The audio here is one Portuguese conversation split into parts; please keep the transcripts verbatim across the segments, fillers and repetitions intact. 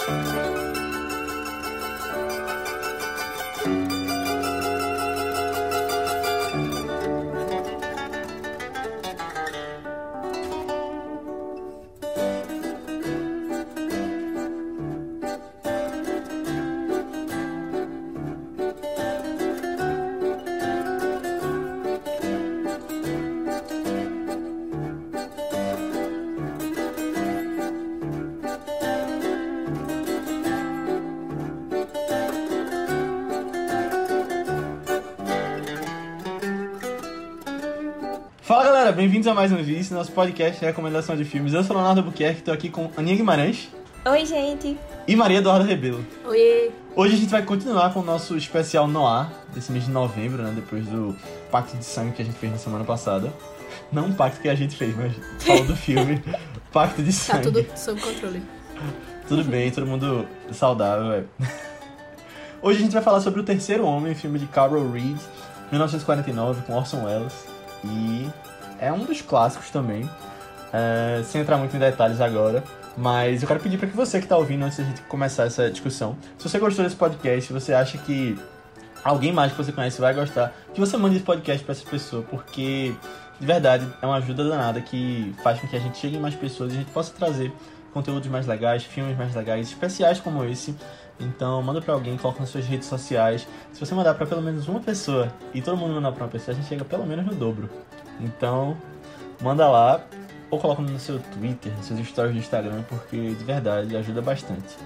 Fala galera, bem-vindos a mais um vídeo, nosso podcast de recomendação de filmes. Eu sou o Leonardo Albuquerque, estou aqui com Aninha Guimarães. Oi, gente. E Maria Eduarda Rebelo. Oi. Hoje a gente vai continuar com o nosso especial Noir, desse mês de novembro, né? Depois do Pacto de Sangue que a gente fez na semana passada. Não um pacto que a gente fez, mas falou do filme Pacto de Sangue. Tá tudo sob controle. Tudo bem, todo mundo saudável, velho. Hoje a gente vai falar sobre O Terceiro Homem, filme de Carol Reed, mil novecentos e quarenta e nove, com Orson Welles. E é um dos clássicos também, é, sem entrar muito em detalhes agora, mas eu quero pedir para que você que está ouvindo, antes da gente começar essa discussão, se você gostou desse podcast, se você acha que alguém mais que você conhece vai gostar, que você mande esse podcast para essa pessoa, porque de verdade é uma ajuda danada que faz com que a gente chegue em mais pessoas e a gente possa trazer conteúdos mais legais, filmes mais legais, especiais como esse. Então manda pra alguém, coloca nas suas redes sociais. Se você mandar pra pelo menos uma pessoa e todo mundo mandar pra uma pessoa, a gente chega pelo menos no dobro. Então manda lá ou coloca no seu Twitter, nos seus stories do Instagram, porque de verdade ajuda bastante.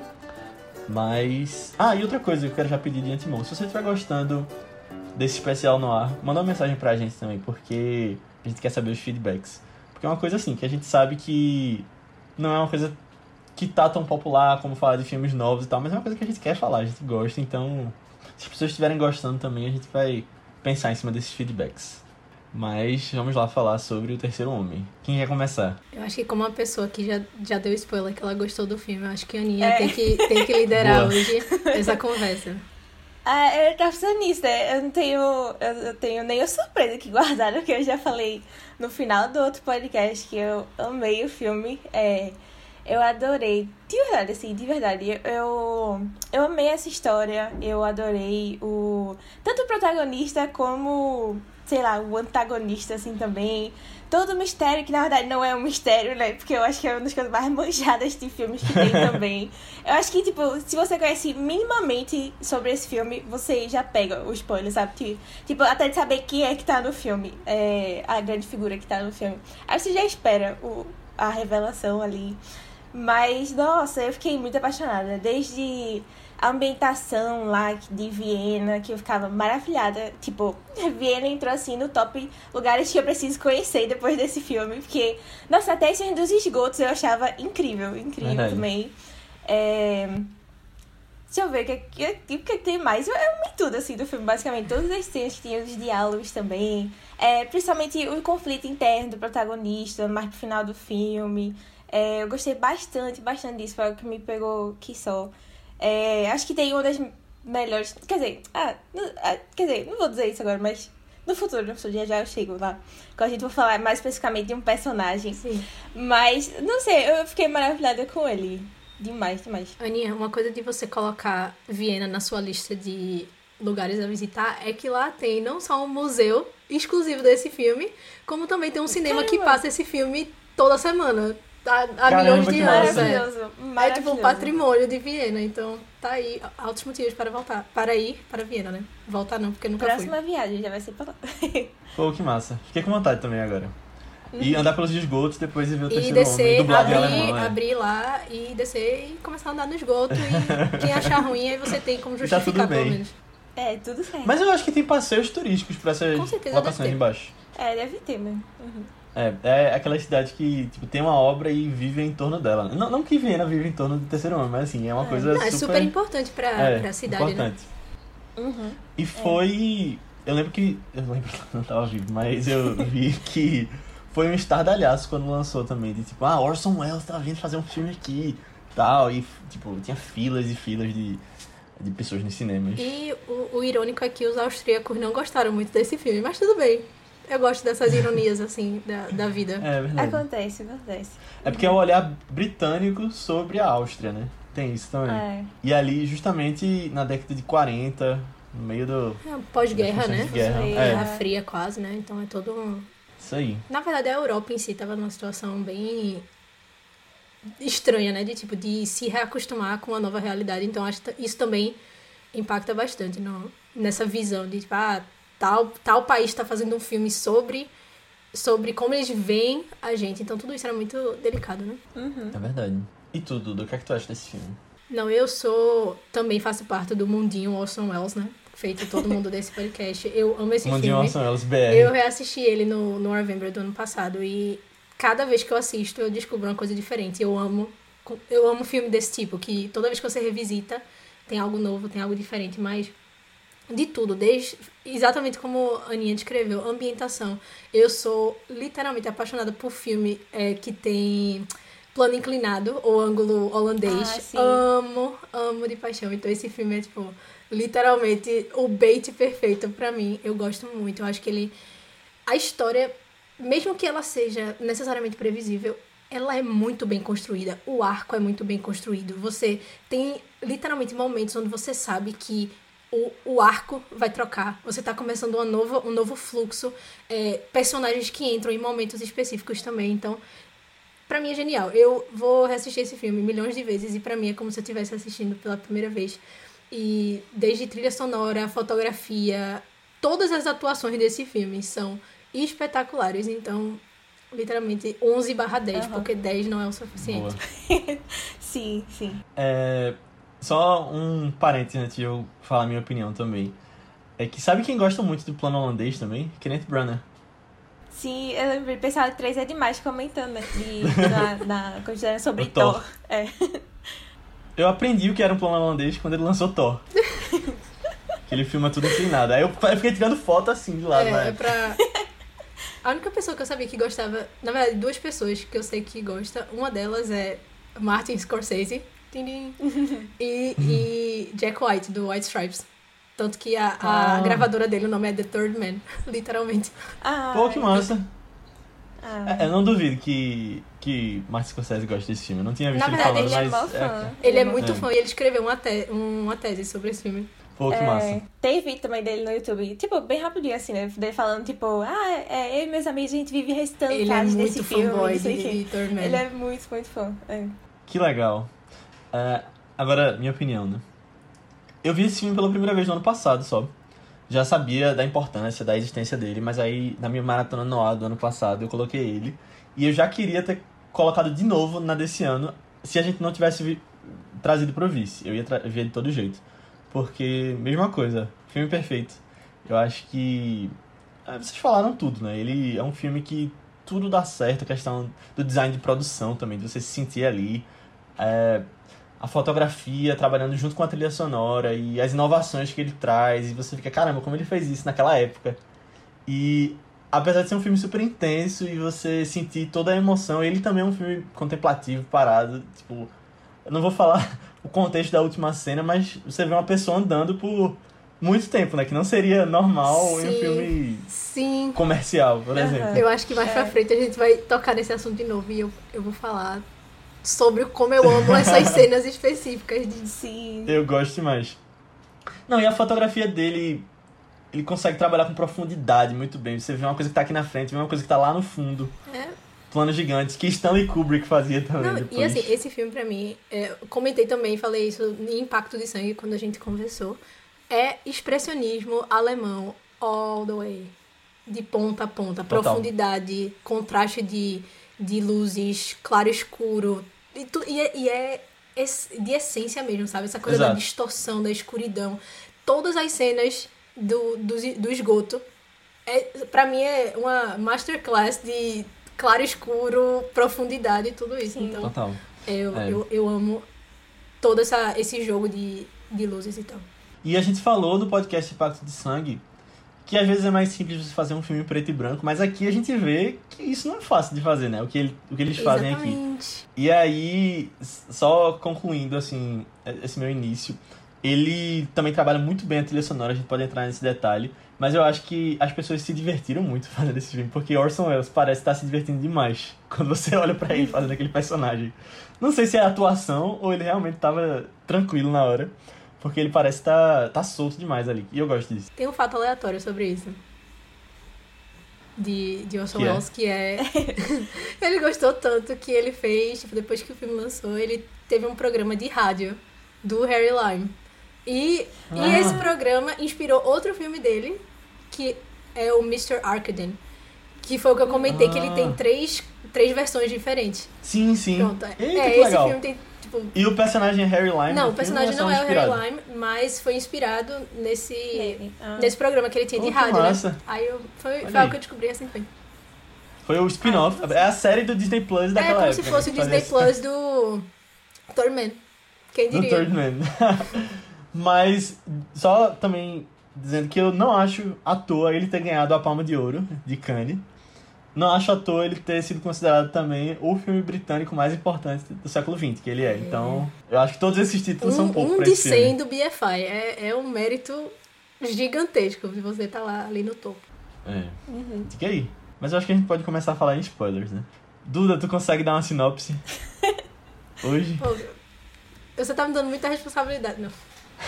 Mas... Ah, e outra coisa que eu quero já pedir de antemão, se você estiver gostando desse especial no ar, manda uma mensagem pra gente também, porque a gente quer saber os feedbacks. Porque é uma coisa assim, que a gente sabe que não é uma coisa que tá tão popular como falar de filmes novos e tal, mas é uma coisa que a gente quer falar, a gente gosta, então se as pessoas estiverem gostando também, a gente vai pensar em cima desses feedbacks. Mas vamos lá falar sobre O Terceiro Homem. Quem quer começar? Eu acho que como uma pessoa que já, já deu spoiler que ela gostou do filme, eu acho que a Aninha É. tem, que, tem que liderar Boa. hoje essa conversa. Ah, eu tava pensando nisso, né? Eu não tenho, eu, eu tenho nenhuma surpresa que guardar, porque eu já falei no final do outro podcast que eu amei o filme. É, eu adorei, de verdade, assim, de verdade. Eu, eu amei essa história, eu adorei o tanto o protagonista como, sei lá, o antagonista, assim, também. Todo o mistério, que na verdade não é um mistério, né? Porque eu acho que é uma das coisas mais manjadas de filmes que tem também. Eu acho que, tipo, se você conhece minimamente sobre esse filme, você já pega o spoiler, sabe? Tipo, tipo, até de saber quem é que tá no filme, é, a grande figura que tá no filme. Aí você já espera o, a revelação ali. Mas, nossa, eu fiquei muito apaixonada. Desde a ambientação lá de Viena, que eu ficava maravilhada. Tipo, Viena entrou assim no top lugares que eu preciso conhecer depois desse filme. Porque, nossa, até esse dos esgotos eu achava incrível, incrível Verdade. também. É... Deixa eu ver o que, que, que, que tem mais. Eu, eu amei tudo, assim, do filme, basicamente. Todas as cenas que tinham, os diálogos também. É, principalmente o conflito interno do protagonista, mais pro final do filme. É, eu gostei bastante, bastante disso. Foi algo que me pegou que só. É, acho que tem uma das melhores... Quer dizer, ah, não, ah, quer dizer, não vou dizer isso agora, mas no futuro, no futuro, já já eu chego lá. Quando a gente for falar mais especificamente de um personagem. Sim. Mas, não sei, eu fiquei maravilhada com ele. Demais, demais. Aninha, uma coisa de você colocar Viena na sua lista de lugares a visitar é que lá tem não só um museu exclusivo desse filme, como também tem um cinema que Caramba. passa esse filme toda semana. Há, há Caramba, milhões que de massa. anos, é. Maravilhoso, É tipo maravilhoso. um patrimônio de Viena, então tá aí altos motivos para voltar, para ir para Viena, né? Voltar não, porque eu nunca Próxima viagem já vai ser pra lá. Pô, que massa. Fiquei com vontade também agora. E andar pelos esgotos, depois ver O fui. E Terceiro Homem, descer, dublado em abrir, alemão, é. abrir lá e descer e começar a andar no esgoto e quem achar ruim aí você tem como tá justificar tudo pelo bem. menos. É, tudo certo. Mas eu acho que tem passeios turísticos pra essas Com certeza locações deve ter. embaixo. É, deve ter mesmo. Uhum. É, é aquela cidade que tipo, tem uma obra e vive em torno dela. Não, não que Viena vive em torno do Terceiro Homem, mas assim, é uma coisa Não, é super... super importante pra, é, pra cidade, né? importante. Uhum. E foi... Eu lembro que... Eu lembro que eu não tava vivo, mas eu vi que foi um estardalhaço quando lançou também. De tipo, ah, Orson Welles tá vindo fazer um filme aqui, tal. E, tipo, tinha filas e filas de, de pessoas nos cinemas. E o, o irônico é que os austríacos não gostaram muito desse filme, mas tudo bem. Eu gosto dessas ironias, assim, da, da vida. É verdade. Acontece, acontece. É porque é o olhar britânico sobre a Áustria, né? Tem isso também. É. E ali, justamente na década de quarenta, no meio do... É pós-guerra, das né? funções de guerra. Sim. É, Guerra Fria quase, né? Então é todo um... isso aí. Na verdade, a Europa em si tava numa situação bem estranha, né? De tipo, de se reacostumar com a nova realidade. Então, acho que isso também impacta bastante no, nessa visão de, tipo, ah, tal, tal país tá fazendo um filme sobre, sobre como eles veem a gente. Então, tudo isso era muito delicado, né? Uhum. É verdade. E tu, Dudu, o que é que tu acha desse filme? Não, eu sou... Também faço parte do mundinho Orson Welles, né? Feito todo mundo desse podcast. Eu amo esse Mundinho filme. Orson Welles B R. Eu reassisti ele no, no November do ano passado e cada vez que eu assisto eu descubro uma coisa diferente. Eu amo, eu amo filme desse tipo, que toda vez que você revisita tem algo novo, tem algo diferente, mas de tudo, desde exatamente como a Aninha descreveu, ambientação. Eu sou literalmente apaixonada por filme é, que tem plano inclinado ou ângulo holandês. Ah, sim. Amo, amo de paixão. Então esse filme é tipo literalmente o bait perfeito pra mim. Eu gosto muito. Eu acho que ele... A história, mesmo que ela seja necessariamente previsível, ela é muito bem construída. O arco é muito bem construído. Você tem literalmente momentos onde você sabe que o, o arco vai trocar. Você tá começando uma nova, um novo fluxo. É, personagens que entram em momentos específicos também. Então, pra mim é genial. Eu vou reassistir esse filme milhões de vezes e pra mim é como se eu estivesse assistindo pela primeira vez. E desde trilha sonora, fotografia, todas as atuações desse filme são espetaculares. Então, literalmente onze barra dez, Uhum. porque dez não é o suficiente. Boa. Sim, sim. É, só um parênteses antes de eu falar a minha opinião também. É que sabe quem gosta muito do plano holandês também? Kenneth Branagh. Sim, eu lembrei, pessoal, três é demais comentando né, de, na, na considerando sobre O Thor. Thor. É. Eu aprendi o que era um plano holandês quando ele lançou Thor. Que ele filma tudo inclinado. Aí eu eu fiquei tirando foto assim de lado, É, né? é pra... A única pessoa que eu sabia que gostava... Na verdade, duas pessoas que eu sei que gosta. Uma delas é Martin Scorsese. Tinin. E, e Jack White, do White Stripes. Tanto que a, a Ah. gravadora dele, o nome é The Third Man. Literalmente. Ah, Pô, que massa. ah. É, eu não duvido que, que Martin Scorsese goste desse filme. Eu não tinha visto Na ele verdade, falando, ele é mas... mó fã. Ele é mó muito É. fã e ele escreveu uma, te uma tese sobre esse filme. Pô, que É, massa. tem vídeo também dele no YouTube, tipo, bem rapidinho assim, né? Dele falando, tipo, ah, é, eu e meus amigos, a gente vive recitando Ele é frases muito desse filme, fanboy não sei de, o quê. de Third Man. Ele é muito, muito fã. É. Que legal. É, agora, minha opinião, né? Eu vi esse filme pela primeira vez no ano passado só. Já sabia da importância, da existência dele, mas aí na minha maratona Noir do ano passado eu coloquei ele. E eu já queria ter colocado de novo na desse ano, se a gente não tivesse vi- trazido pro vice. Eu ia tra- ver de todo jeito. Porque, mesma coisa, filme perfeito. Eu acho que... é, vocês falaram tudo, né? Ele é um filme que tudo dá certo, a questão do design de produção também, de você se sentir ali. É, a fotografia trabalhando junto com a trilha sonora e as inovações que ele traz. E você fica, caramba, como ele fez isso naquela época. E apesar de ser um filme super intenso e você sentir toda a emoção, ele também é um filme contemplativo, parado. Tipo, eu não vou falar o contexto da última cena, mas você vê uma pessoa andando por muito tempo, né? Que não seria normal em um Sim. filme Sim. comercial, por Aham. exemplo. Eu acho que mais É. pra frente a gente vai tocar nesse assunto de novo e eu, eu vou falar sobre como eu amo essas cenas específicas de... Sim. Eu gosto demais. Não, e a fotografia dele, ele consegue trabalhar com profundidade muito bem. Você vê uma coisa que tá aqui na frente, vê uma coisa que tá lá no fundo. É. Planos gigantes, que Stanley Kubrick fazia também Não, depois. e assim, esse filme pra mim, é, eu comentei também, falei isso em Impacto de Sangue quando a gente conversou, é expressionismo alemão all the way. De ponta a ponta. Total. Profundidade, contraste de, de luzes, claro e escuro. E, tu, e, é, e é es- de essência mesmo, sabe? Essa coisa da Exato. distorção, da escuridão. Todas as cenas do, do, do esgoto, é, pra mim é uma masterclass de claro e escuro, profundidade e tudo isso. Sim. Então, Total. eu, É. eu, eu amo todo essa, esse jogo de, de luzes e tal. E a gente falou no podcast Impacto de Sangue que às vezes é mais simples você fazer um filme preto e branco, mas aqui a gente vê que isso não é fácil de fazer, né? O que, ele, o que eles fazem aqui. Exatamente. E aí, só concluindo, assim, esse meu início, Ele também trabalha muito bem a trilha sonora, a gente pode entrar nesse detalhe. Mas eu acho que as pessoas se divertiram muito fazendo esse filme, porque Orson Welles parece estar se divertindo demais quando você olha pra ele fazendo aquele personagem. Não sei se é atuação ou ele realmente tava tranquilo na hora, porque ele parece estar tá, tá solto demais ali, e eu gosto disso. Tem um fato aleatório sobre isso. De, de Orson Que é? Welles, que é... ele gostou tanto que ele fez, tipo, depois que o filme lançou, ele teve um programa de rádio do Harry Lime. E, Ah. e esse programa inspirou outro filme dele, que é o mister Arkaden. Que foi o que eu comentei, Ah. que ele tem três, três versões diferentes. Sim, sim. Pronto, é, Eita, é, que esse legal. filme tem, tipo... E o personagem é Harry Lime? Não, no o personagem filme, ou não é é só o Harry inspirado? Lime, mas foi inspirado nesse, Nele. Ah. nesse programa que ele tinha Oh, de que rádio, massa. né? Aí eu, foi, Olha foi aí. algo que eu descobri recentemente. Foi o spin-off, Ah, é a série do Disney Plus É daquela como época. se fosse o né? Disney Fazia- Plus do Third Man. Quem do diria? Third Man. Mas, só também dizendo que eu não acho à toa ele ter ganhado a Palma de Ouro de Cannes. Não acho à toa ele ter sido considerado também o filme britânico mais importante do século vinte, que ele é. Então, eu acho que todos esses títulos são Um, pouco um pra de esse filme. cem do B F I. É, é um mérito gigantesco de você estar lá ali no topo. É. Diga aí. Mas eu acho que a gente pode começar a falar em spoilers, né? Duda, tu consegue dar uma sinopse? Hoje? Pô, você tá me dando muita responsabilidade, não.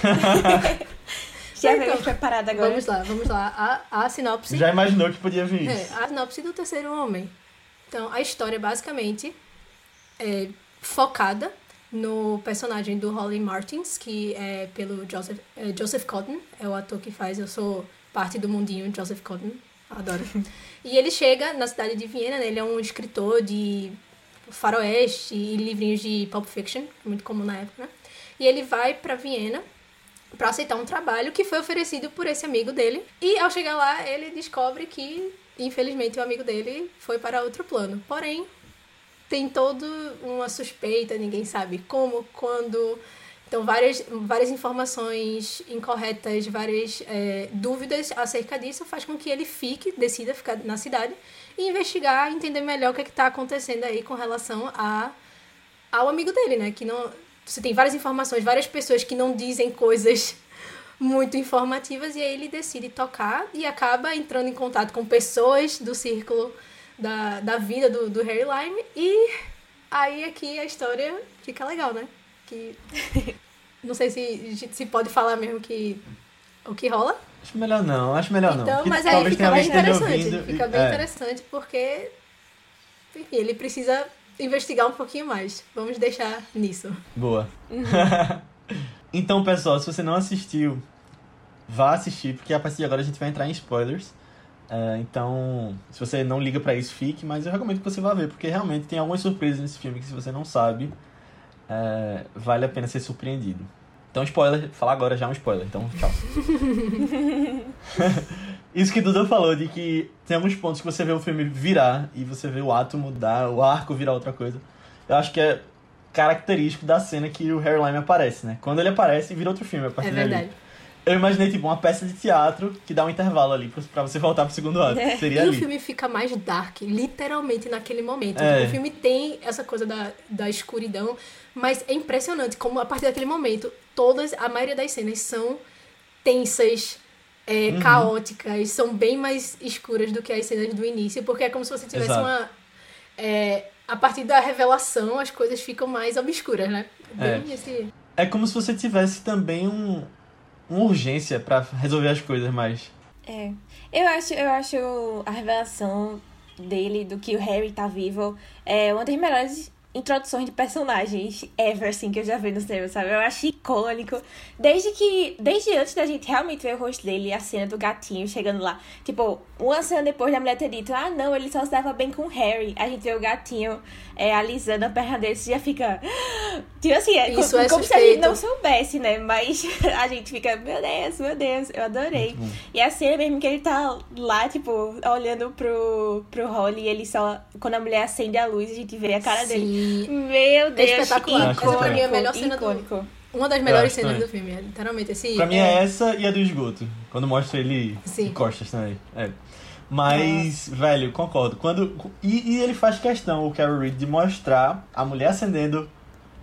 Já Então, veio preparada agora? Vamos lá, vamos lá. A, a sinopse... Já imaginou que podia vir É, isso? a sinopse do Terceiro Homem. Então, a história basicamente é focada no personagem do Holly Martins, que é pelo Joseph, é, Joseph Cotten, é o ator que faz, eu sou parte do mundinho Joseph Cotten, adoro. E ele chega na cidade de Viena, né? Ele é um escritor de faroeste e livrinhos de Pulp Fiction, muito comum na época, né? E ele vai pra Viena pra aceitar um trabalho que foi oferecido por esse amigo dele. E ao chegar lá, ele descobre que, infelizmente, o amigo dele foi para outro plano. Porém, tem toda uma suspeita, ninguém sabe como, quando... Então, várias, várias informações incorretas, várias é, dúvidas acerca disso faz com que ele fique, decida ficar na cidade e investigar, entender melhor o que é está acontecendo aí com relação a, ao amigo dele, né? Que não... Você tem várias informações, várias pessoas que não dizem coisas muito informativas e aí ele decide tocar e acaba entrando em contato com pessoas do círculo da, da vida do, do Harry Lime e aí aqui a história fica legal, né? Que não sei se, se pode falar mesmo que o que rola. Acho melhor não, acho melhor não. Então, Que mas aí talvez fica tenha bem alguém que esteja interessante. ouvindo e- Fica bem é. interessante porque enfim, ele precisa investigar um pouquinho mais. Vamos deixar nisso. Boa. Então, pessoal, se você não assistiu, vá assistir, porque a partir de agora a gente vai entrar em spoilers. É, então, se você não liga pra isso, fique, mas eu recomendo que você vá ver, porque realmente tem algumas surpresas nesse filme que se você não sabe, é, vale a pena ser surpreendido. Então, spoiler, falar agora já é um spoiler, então tchau. Isso que Duda falou, de que tem alguns pontos que você vê o filme virar e você vê o ato mudar, o arco virar outra coisa. Eu acho que é característico da cena que o Harry Lime aparece, né? Quando ele aparece, vira outro filme a partir É dali. verdade. Eu imaginei, tipo, uma peça de teatro que dá um intervalo ali pra, pra você voltar pro segundo ato. É. Seria E o ali. filme fica mais dark, literalmente naquele momento. É. O filme tem essa coisa da, da escuridão, mas é impressionante como a partir daquele momento, todas, a maioria das cenas são tensas, é, Uhum. caóticas, são bem mais escuras do que as cenas do início, porque é como se você tivesse Exato. uma... é, a partir da revelação, as coisas ficam mais obscuras, né? É. Bem esse... É como se você tivesse também um, uma urgência pra resolver as coisas mais. É. Eu acho, eu acho a revelação dele, do que o Harry tá vivo, é uma das melhores introduções de personagens ever, assim, que eu já vi no cinema, sabe? Eu acho icônico. Desde que... Desde antes da gente realmente ver o rosto dele, a cena do gatinho chegando lá. Tipo, uma cena depois da mulher ter dito, ah, não, ele só se dava bem com o Harry. A gente vê o gatinho é, alisando a perna dele, você já fica... Tipo assim, é Isso como, é como se a gente suspeito. não soubesse, né? Mas a gente fica, meu Deus, meu Deus, eu adorei. Muito bom. E a cena mesmo que ele tá lá, tipo, olhando pro, pro Holly e ele só... Quando a mulher acende a luz, a gente vê a cara dele. Sim. Meu Deus, espetacular. Essa pra mim é a melhor cena do- icônico. Uma das melhores acho cenas também. do filme, é literalmente. Esse, Pra mim é essa e a do esgoto. Quando mostra ele Sim. de costas também. É. Mas, velho, concordo. Quando, e, e ele faz questão, o Carol Reed, de mostrar a mulher acendendo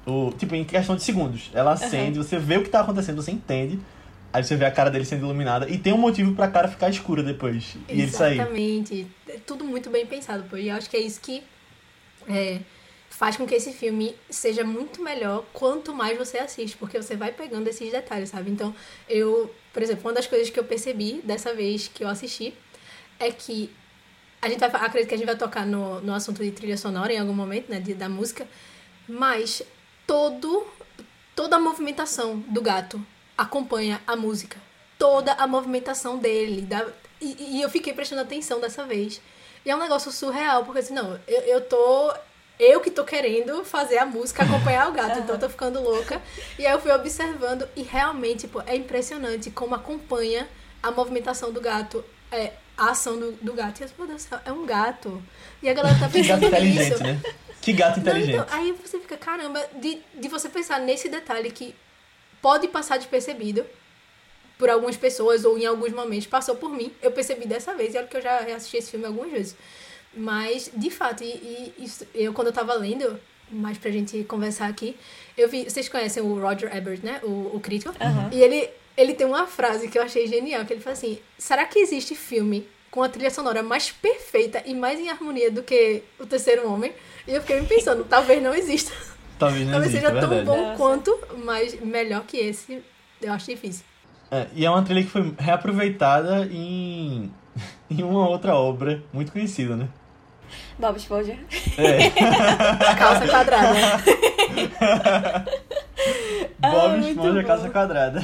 O, tipo, em questão de segundos. Ela acende, uhum. Você vê o que tá acontecendo, você entende. Aí você vê a cara dele sendo iluminada. E tem um motivo pra cara ficar escura depois. E ele sair. Exatamente. É tudo muito bem pensado, pô. E eu acho que é isso que é, faz com que esse filme seja muito melhor quanto mais você assiste. Porque você vai pegando esses detalhes, sabe? Então, eu... Por exemplo, uma das coisas que eu percebi dessa vez que eu assisti é que a gente vai... Acredito que a gente vai tocar no, no assunto de trilha sonora em algum momento, né? De, da música. Mas todo, toda a movimentação do gato acompanha a música. Toda a movimentação dele. Da, e, e eu fiquei prestando atenção dessa vez. E é um negócio surreal, porque assim, não, eu, eu tô... Eu que tô querendo fazer a música acompanhar o gato, então eu tô ficando louca. E aí eu fui observando e realmente, tipo, é impressionante como acompanha a movimentação do gato, é, a ação do, do gato. E eu, meu Deus do céu, é um gato. E a galera tá pensando que gato nisso. Inteligente, né? Que gato inteligente. Não, então, aí você fica, caramba, de, de você pensar nesse detalhe que pode passar despercebido por algumas pessoas ou em alguns momentos passou por mim. Eu percebi dessa vez, e olha que eu já assisti esse filme algumas vezes. Mas, de fato, e, e isso, eu quando eu tava lendo, mais pra gente conversar aqui, eu vi, vocês conhecem o Roger Ebert, né? O, o crítico. Uhum. E ele, ele tem uma frase que eu achei genial, que ele fala assim, será que existe filme com a trilha sonora mais perfeita e mais em harmonia do que O Terceiro Homem? E eu fiquei me pensando, talvez não exista. Talvez não Talvez exista, seja tão verdade. bom Nossa. quanto, mas melhor que esse, eu acho difícil. É, e é uma trilha que foi reaproveitada em, em uma outra obra muito conhecida, né? Bob Esponja. É. Calça quadrada. Bob Ah, Esponja, muito Calça bom. Quadrada.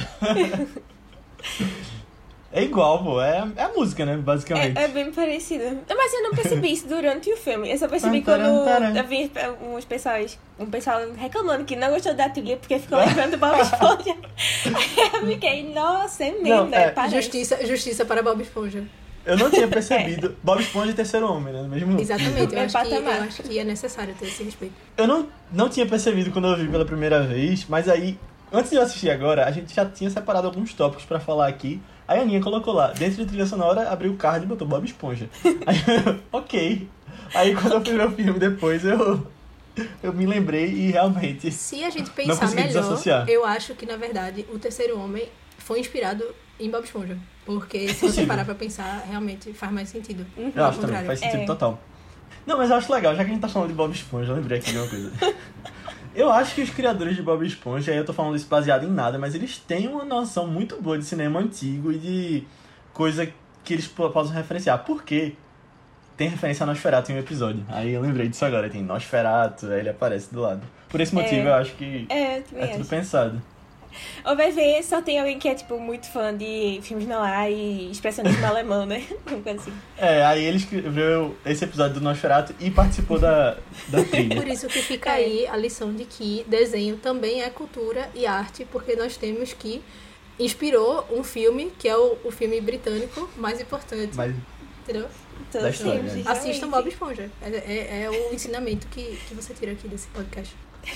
É igual, pô. É, é a música, né? Basicamente. É, é bem parecido. Mas eu não percebi isso durante o filme. Eu só percebi Taran, quando taran. eu vi uns pessoas, um pessoal reclamando que não gostou da trilha porque ficou lembrando do Bob Esponja. Aí eu fiquei, nossa, é mesmo, Não, né? é, Parece. Justiça, justiça para Bob Esponja. Eu não tinha percebido. Bob Esponja e Terceiro Homem, né? No mesmo Exatamente, eu É acho, que, eu patamar. acho que é necessário ter esse respeito. Eu não, não tinha percebido quando eu vi pela primeira vez, mas aí, antes de eu assistir agora, a gente já tinha separado alguns tópicos pra falar aqui. Aí a Aninha colocou lá, dentro de trilha sonora, abriu o card e botou Bob Esponja. Aí eu, ok. Aí quando eu fui ver o filme depois, eu, eu me lembrei e realmente... Se a gente Não pensar consegui melhor, desassociar. eu acho que, na verdade, O Terceiro Homem foi inspirado em Bob Esponja. Porque se você Possível. parar pra pensar, realmente faz mais sentido. Eu acho também, faz sentido É. total. Não, mas eu acho legal, já que a gente tá falando de Bob Esponja, eu lembrei aqui de uma coisa. Eu acho que os criadores de Bob Esponja, aí eu tô falando isso baseado em nada, mas eles têm uma noção muito boa de cinema antigo e de coisa que eles po- possam referenciar. Por quê? Tem referência a Nosferatu em um episódio. Aí eu lembrei disso agora, tem Nosferatu, aí ele aparece do lado. Por esse motivo, É. eu acho que É, eu também é tudo acho. pensado. Ou vai ver, só tem alguém que é, tipo, muito fã de filmes noir e expressionismo alemão, né? Uma coisa assim. É, aí ele escreveu esse episódio do Nosferatu e participou da, da trilha. Por isso que fica É. aí a lição de que desenho também é cultura e arte, porque nós temos que inspirou um filme, que é o, o filme britânico mais importante, Mas entendeu? Todos Da história, temos, né? realmente. Assistam Bob Esponja. É, é, é o ensinamento que, que você tira aqui desse podcast.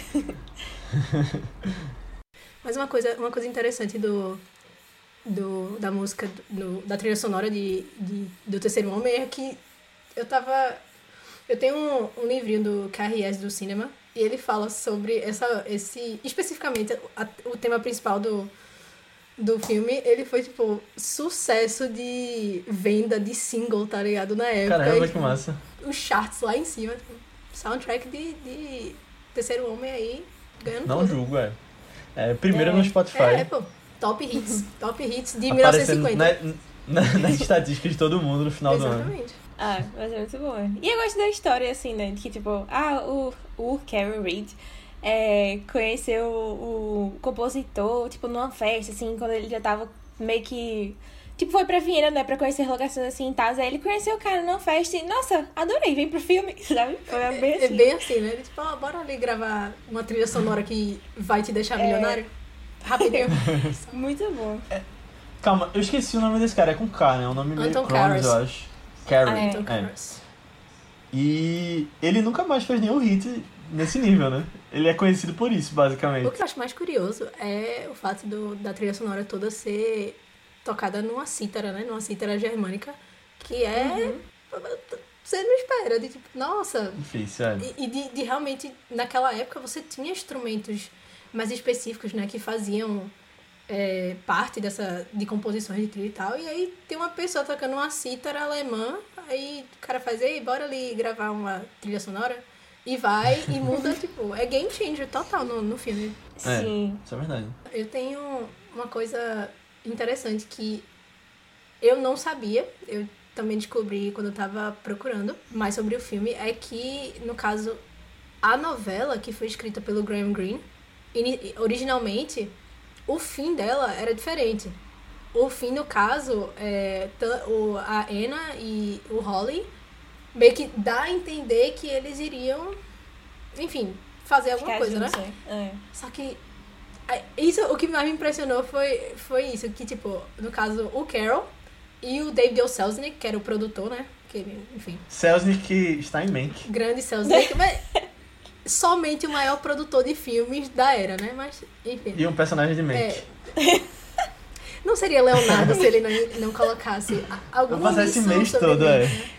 Mas uma coisa, uma coisa interessante do, do, da música, do, da trilha sonora de, de, do Terceiro Homem é que eu tava... Eu tenho um, um livrinho do K R S do cinema e ele fala sobre essa, esse... Especificamente, a, o tema principal do, do filme, ele foi, tipo, sucesso de venda de single, tá ligado? Na época. caramba, E, que massa. os charts lá em cima, tipo, soundtrack de, de Terceiro Homem aí, ganhando Não tudo. julgo, é. É, primeiro É. no Spotify. É, pô, top hits, top hits de Aparecendo mil novecentos e cinquenta. na- na- nas estatísticas de todo mundo no final do ano. Exatamente. Ah, mas é muito bom. E eu gosto da história, assim, né? De que, tipo, ah, o, o Karen Reed é, conheceu o, o compositor, tipo, numa festa, assim, quando ele já tava meio que... Tipo, foi pra Viena, né? Pra conhecer locações assim e tal. Aí ele conheceu o cara numa festa e, nossa, adorei, vem pro filme, sabe? Foi bem É assim. bem assim, né? Ele, tipo, ó, bora ali gravar uma trilha sonora que vai te deixar É. milionário. Rapidinho. Muito bom. Calma, eu esqueci o nome desse cara, é com K, né? O nome meio Anton Cronos, Karas. eu acho. Carey. Ah, é. Então, É. Caras. E ele nunca mais fez nenhum hit nesse nível, né? Ele é conhecido por isso, basicamente. O que eu acho mais curioso é o fato do, da trilha sonora toda ser tocada numa cítara, né? Numa cítara germânica, que é você não espera. De tipo, nossa... Difícil, é. E, e de, de realmente, naquela época, você tinha instrumentos mais específicos, né? Que faziam é, parte dessa, de composições de trilha e tal. E aí tem uma pessoa tocando uma cítara alemã, aí o cara faz, ei, bora ali gravar uma trilha sonora. E vai e muda, tipo, é game changer total no, no filme. É, Sim. isso é verdade. Eu tenho uma coisa interessante que eu não sabia, eu também descobri quando eu tava procurando mais sobre o filme, é que, no caso, a novela que foi escrita pelo Graham Greene, originalmente, o fim dela era diferente. O fim, no caso, é, o, a Anna e o Holly meio que dá a entender que eles iriam, enfim, fazer alguma Ficar coisa, juntos, né? É. Só que isso, o que mais me impressionou foi, foi isso, que, tipo, no caso, o Carol e o David O. Selznick, que era o produtor, né? Que ele, enfim... Selznick que está em Mank. Grande Selznick, mas somente o maior produtor de filmes da era, né? Mas, enfim... E um personagem de Mank. É. Não seria Leonardo se ele não, não colocasse alguma Vou passar esse lição mês sobre todo, ele, é. né?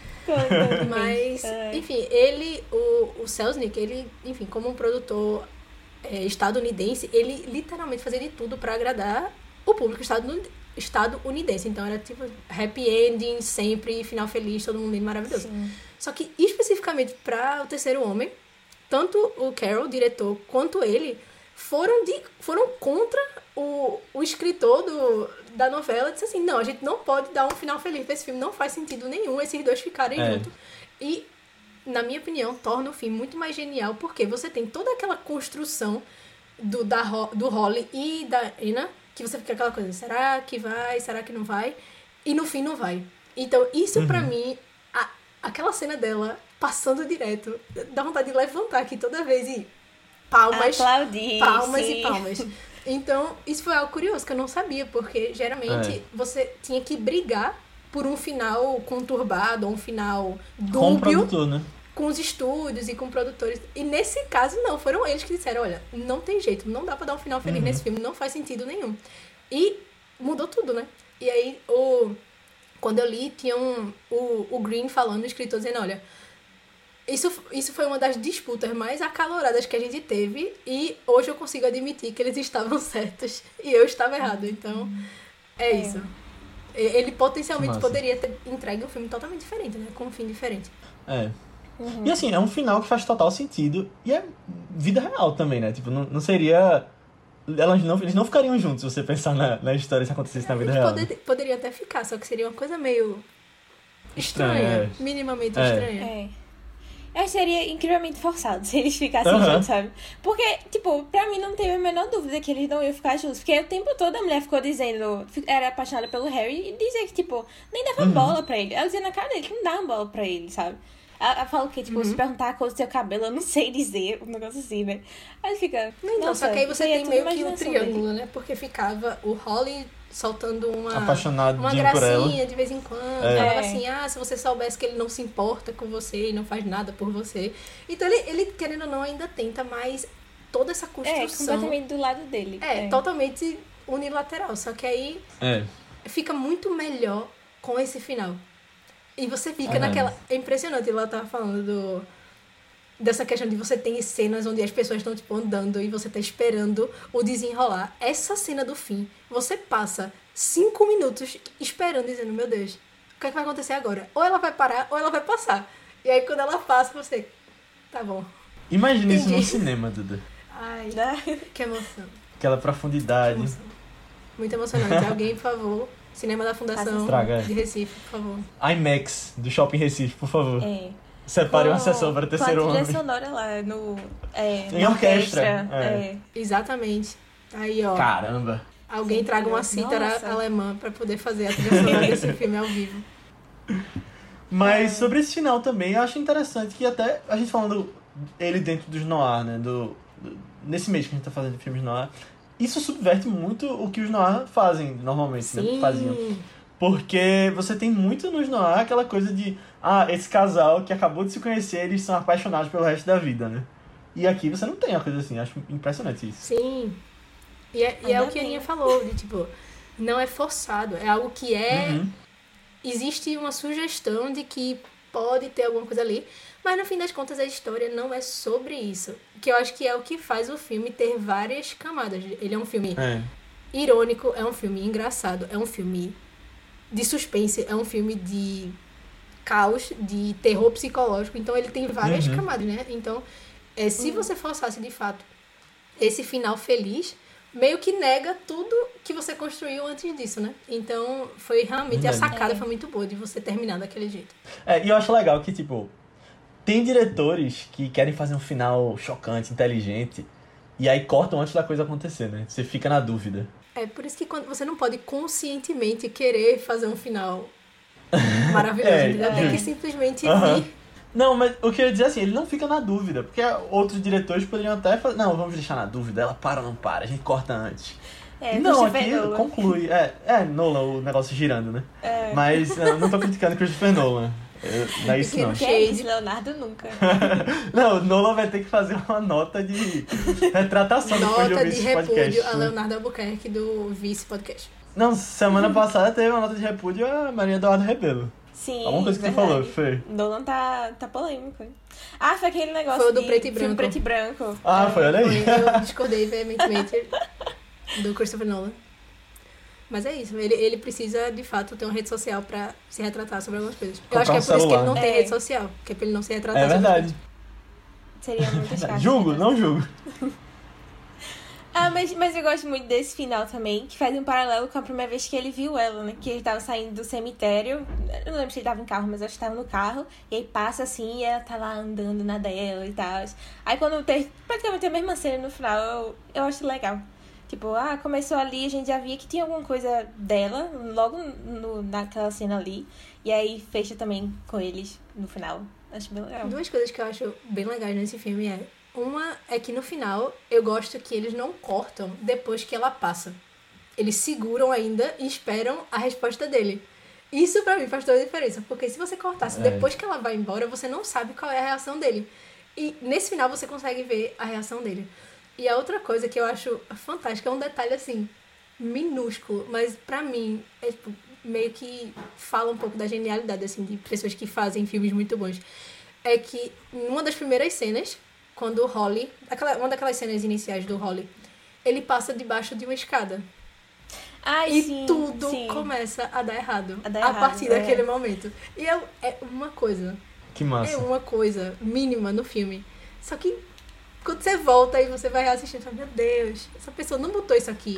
Mas, enfim, ele, o, o Selznick, ele, enfim, como um produtor é, estadunidense, ele literalmente fazia de tudo pra agradar o público estadunidense. estadunidense. Então era tipo happy ending, sempre, final feliz, todo mundo lindo, maravilhoso. Sim. Só que especificamente para O Terceiro Homem, tanto o Carol, o diretor, quanto ele foram, de, foram contra o, o escritor do, da novela. Disse assim, não, a gente não pode dar um final feliz pra esse filme, não faz sentido nenhum esses dois ficarem É. juntos. E, na minha opinião, torna o filme muito mais genial, porque você tem toda aquela construção do, da, do Holly e da Anna, que você fica aquela coisa, será que vai, será que não vai? E no fim não vai. Então, isso Uhum. pra mim, a, aquela cena dela passando direto, dá vontade de levantar aqui toda vez e palmas, Aplaudir, palmas sim. e palmas. Então, isso foi algo curioso que eu não sabia, porque geralmente É. você tinha que brigar por um final conturbado, ou um final Com o dúbio, produtor, né? com os estúdios e com produtores. E nesse caso, não. Foram eles que disseram, olha, não tem jeito, não dá pra dar um final feliz Uhum. nesse filme, não faz sentido nenhum. E mudou tudo, né? E aí, o, quando eu li, tinha um, o, o Green falando, o escritor, dizendo, olha, isso, isso foi uma das disputas mais acaloradas que a gente teve e hoje eu consigo admitir que eles estavam certos e eu estava errado. Então, é, É. isso. Ele potencialmente Massa. poderia ter entregue um filme totalmente diferente, né? Com um fim diferente. É. E assim, é um final que faz total sentido e é vida real também, né? Tipo, não, não seria... Elas não, eles não ficariam juntos se você pensar na, na história se acontecesse na vida Eles real. né? poder- poderia até ficar, só que seria uma coisa meio Estranha, estranha, é. minimamente É. estranha. É. Eu acho que seria incrivelmente forçado se eles ficassem Aham. juntos, sabe? Porque, tipo, pra mim não teve a menor dúvida que eles não iam ficar juntos. Porque o tempo todo a mulher ficou dizendo, era apaixonada pelo Harry e dizia que, tipo, nem dava Uhum. bola pra ele. Ela dizia na cara dele que não dava bola pra ele, sabe? Ela, ela fala o quê? Tipo, Uhum. se perguntar a cor do seu cabelo, eu não sei dizer, um negócio assim, né? Aí fica. Então, nossa, só que aí você isso é tem tudo meio que um imaginação dele. triângulo, né? Porque ficava o Holly soltando uma, Apaixonado uma por ela. gracinha de vez em quando. É. Falava É. assim, ah, se você soubesse que ele não se importa com você e não faz nada por você. Então ele, ele querendo ou não, ainda tenta, mas toda essa É, construção completamente do lado dele. é, totalmente unilateral. Só que aí É. fica muito melhor com esse final. E você fica É. naquela... É impressionante, ela tava falando do... dessa questão de você tem cenas onde as pessoas estão, tipo, andando e você tá esperando o desenrolar. Essa cena do fim, você passa cinco minutos esperando, dizendo, meu Deus, o que é que vai acontecer agora? Ou ela vai parar, ou ela vai passar. E aí, quando ela passa, você... Tá bom. Imagina isso Entendi. no cinema, Duda. Ai, Né? que emoção. Aquela Que profundidade. emoção. Muito emocionante. Alguém, por favor... Cinema da Fundação Estraga. de Recife, por favor. IMAX, do Shopping Recife, por favor. É. Separe uma Com- sessão para o terceiro com a trilha homem. sonora lá no... É, Em na orquestra, orquestra. é. É. Exatamente. Aí, ó. Caramba. Alguém Sim, traga uma Nossa. cítara alemã pra poder fazer a trilha sonora desse filme ao vivo. Mas sobre esse final também, eu acho interessante que até a gente falando ele dentro dos noir, né? Do, do- nesse mês que a gente tá fazendo filmes noir, isso subverte muito o que os noir fazem normalmente, né? Sim. Faziam. Porque você tem muito nos noir aquela coisa de, ah, esse casal que acabou de se conhecer, eles são apaixonados pelo resto da vida, né? E aqui você não tem uma coisa assim, acho impressionante isso. Sim. E é, e é Ainda o que a bem. Aninha falou, de tipo, não é forçado. É algo que é. Uhum. Existe uma sugestão de que pode ter alguma coisa ali. Mas no fim das contas a história não é sobre isso. Que eu acho que é o que faz o filme ter várias camadas. Ele é um filme É. irônico, é um filme engraçado, é um filme de suspense, é um filme de caos, de terror psicológico. Então ele tem várias Uhum. camadas, né? Então, é, se você forçasse de fato esse final feliz, meio que nega tudo que você construiu antes disso, né? Então, foi realmente... Verdade. A sacada É. foi muito boa de você terminar daquele jeito. É, e eu acho legal que, tipo, tem diretores que querem fazer um final chocante, inteligente, e aí cortam antes da coisa acontecer, né? Você fica na dúvida. É por isso que quando você não pode conscientemente querer fazer um final maravilhoso, É, entendeu? Tem que justo. simplesmente Aham. vir. Não, mas o que eu ia dizer assim, ele não fica na dúvida, porque outros diretores poderiam até fazer, não, vamos deixar na dúvida, ela para ou não para, a gente corta antes. É, não, Christopher aqui Nolan. conclui. É, é, Nolan, o negócio girando, né? É. Mas eu não tô criticando Christopher Nolan. Eu, não é isso não. Pequeno Que é Shade. isso, Leonardo nunca. Não, o Nolan vai ter que fazer uma nota de retratação depois de Nota ouvir de esse podcast. repúdio a Leonardo Albuquerque do Vice Podcast. Não, semana passada teve uma nota de repúdio a Maria Eduarda Rebelo. Sim, Alguma coisa que verdade. tu falou, foi? Nolan tá, tá polêmico. hein? Ah, foi aquele negócio Foi o do de preto e filme branco. preto e branco. Ah, foi, olha aí. Eu discordei veementemente do Christopher Nolan. Mas é isso, ele, ele precisa de fato ter uma rede social pra se retratar sobre algumas coisas. Eu Comprar acho que é um por isso que ele celular. não tem É. rede social, que é pra ele não se retratar É sobre as verdade. coisas. Seria muito escasso. Julgo, né? não julgo. Ah, mas, mas eu gosto muito desse final também, que faz um paralelo com a primeira vez que ele viu ela, né? Que ele tava saindo do cemitério. Eu não lembro se ele tava em carro, mas eu acho que tava no carro. E aí passa assim e ela tá lá andando na dela e tal. Aí quando tem praticamente a mesma cena no final, eu, eu acho legal. Tipo, ah, começou ali, a gente já via que tinha alguma coisa dela, logo no, naquela cena ali. E aí fecha também com eles no final. Acho bem legal. Duas coisas que eu acho bem legais nesse filme é... Uma é que no final, eu gosto que eles não cortam depois que ela passa. Eles seguram ainda e esperam a resposta dele. Isso pra mim faz toda a diferença, porque se você cortasse É. depois que ela vai embora, você não sabe qual é a reação dele. E nesse final você consegue ver a reação dele. E a outra coisa que eu acho fantástica é um detalhe assim, minúsculo, mas pra mim é tipo, meio que fala um pouco da genialidade assim, de pessoas que fazem filmes muito bons. É que numa das primeiras cenas, quando o Holly, aquela, uma daquelas cenas iniciais do Holly, ele passa debaixo de uma escada. Ai, E sim, tudo sim. começa a dar errado. A dar a errado, partir é. daquele momento. E é, é uma coisa. Que É massa. uma coisa mínima no filme. Só que quando você volta e você vai reassistindo, você fala, meu Deus, essa pessoa não botou isso aqui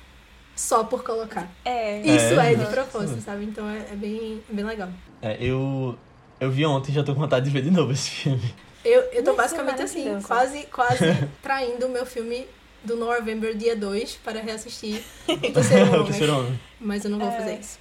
só por colocar. É. Isso é, É. de propósito, sabe? Então é, é bem, é bem legal. É, eu, eu vi ontem e já tô com vontade de ver de novo esse filme. Eu, eu tô Nossa, basicamente assim, maravilhoso. quase, quase traindo o meu filme do November dia dois para reassistir o terceiro o homem. terceiro homem. Mas eu não vou É. fazer isso.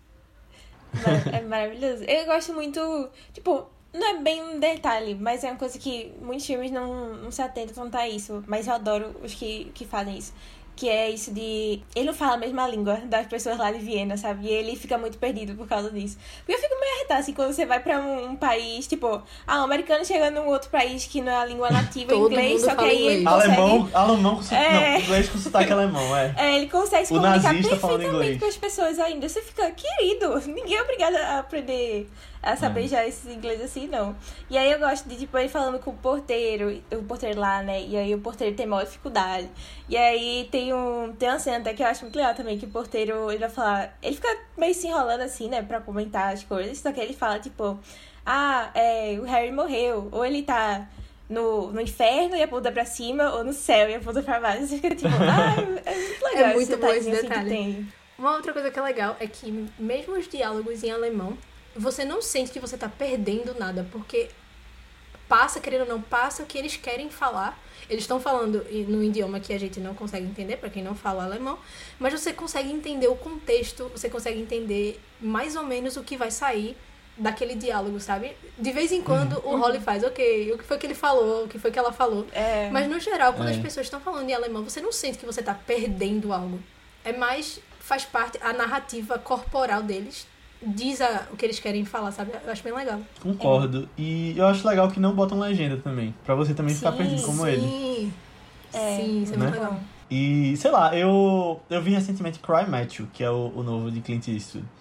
Mar- É maravilhoso. Eu gosto muito. Tipo, não é bem um detalhe, mas é uma coisa que muitos filmes não, não se atentam tanto a isso. Mas eu adoro os que, que fazem isso. Que é isso de... Ele não fala a mesma língua das pessoas lá de Viena, sabe? E ele fica muito perdido por causa disso. Porque eu fico meio irritada, assim, quando você vai pra um, um país, tipo... Ah, um americano chegando num outro país que não é a língua nativa, Todo inglês, mundo só que fala aí ele inglês. consegue... Alemão, alemão com sotaque. É. Não, inglês com sotaque alemão, é. É, ele consegue se O comunicar nazista falando perfeitamente inglês. com as pessoas ainda. Você fica, querido, ninguém é obrigado a aprender, a saber É. já esse inglês assim, não. E aí eu gosto de, tipo, ele falando com o porteiro, o porteiro lá, né? E aí o porteiro tem maior dificuldade. E aí tem, um, tem uma cena até que eu acho muito legal também, que o porteiro, ele vai falar... Ele fica meio se enrolando assim, né? Pra comentar as coisas. Só que ele fala, tipo... Ah, é, o Harry morreu. Ou ele tá... No, no inferno e aponta pra cima, ou no céu e aponta pra baixo. Você fica tipo, ah, é muito legal É muito bom esse detalhezinho assim que detalhe. tem. Uma outra coisa que é legal é que mesmo os diálogos em alemão, você não sente que você tá perdendo nada, porque passa, querendo ou não, passa o que eles querem falar. Eles estão falando no idioma que a gente não consegue entender, pra quem não fala alemão, mas você consegue entender o contexto, você consegue entender mais ou menos o que vai sair daquele diálogo, sabe? De vez em quando o Holly faz, ok, o que foi que ele falou, o que foi que ela falou. É. Mas no geral, quando É. as pessoas estão falando em alemão, você não sente que você tá perdendo algo. É mais, faz parte, a narrativa corporal deles diz a, o que eles querem falar, sabe? Eu acho bem legal. Concordo. E eu acho legal que não botam legenda também. Pra você também ficar Sim, perdido como ele. Sim, É, sim, isso é né? muito legal. E, sei lá, eu, eu vi recentemente Cry Matthew, que é o, o novo de Clint Eastwood.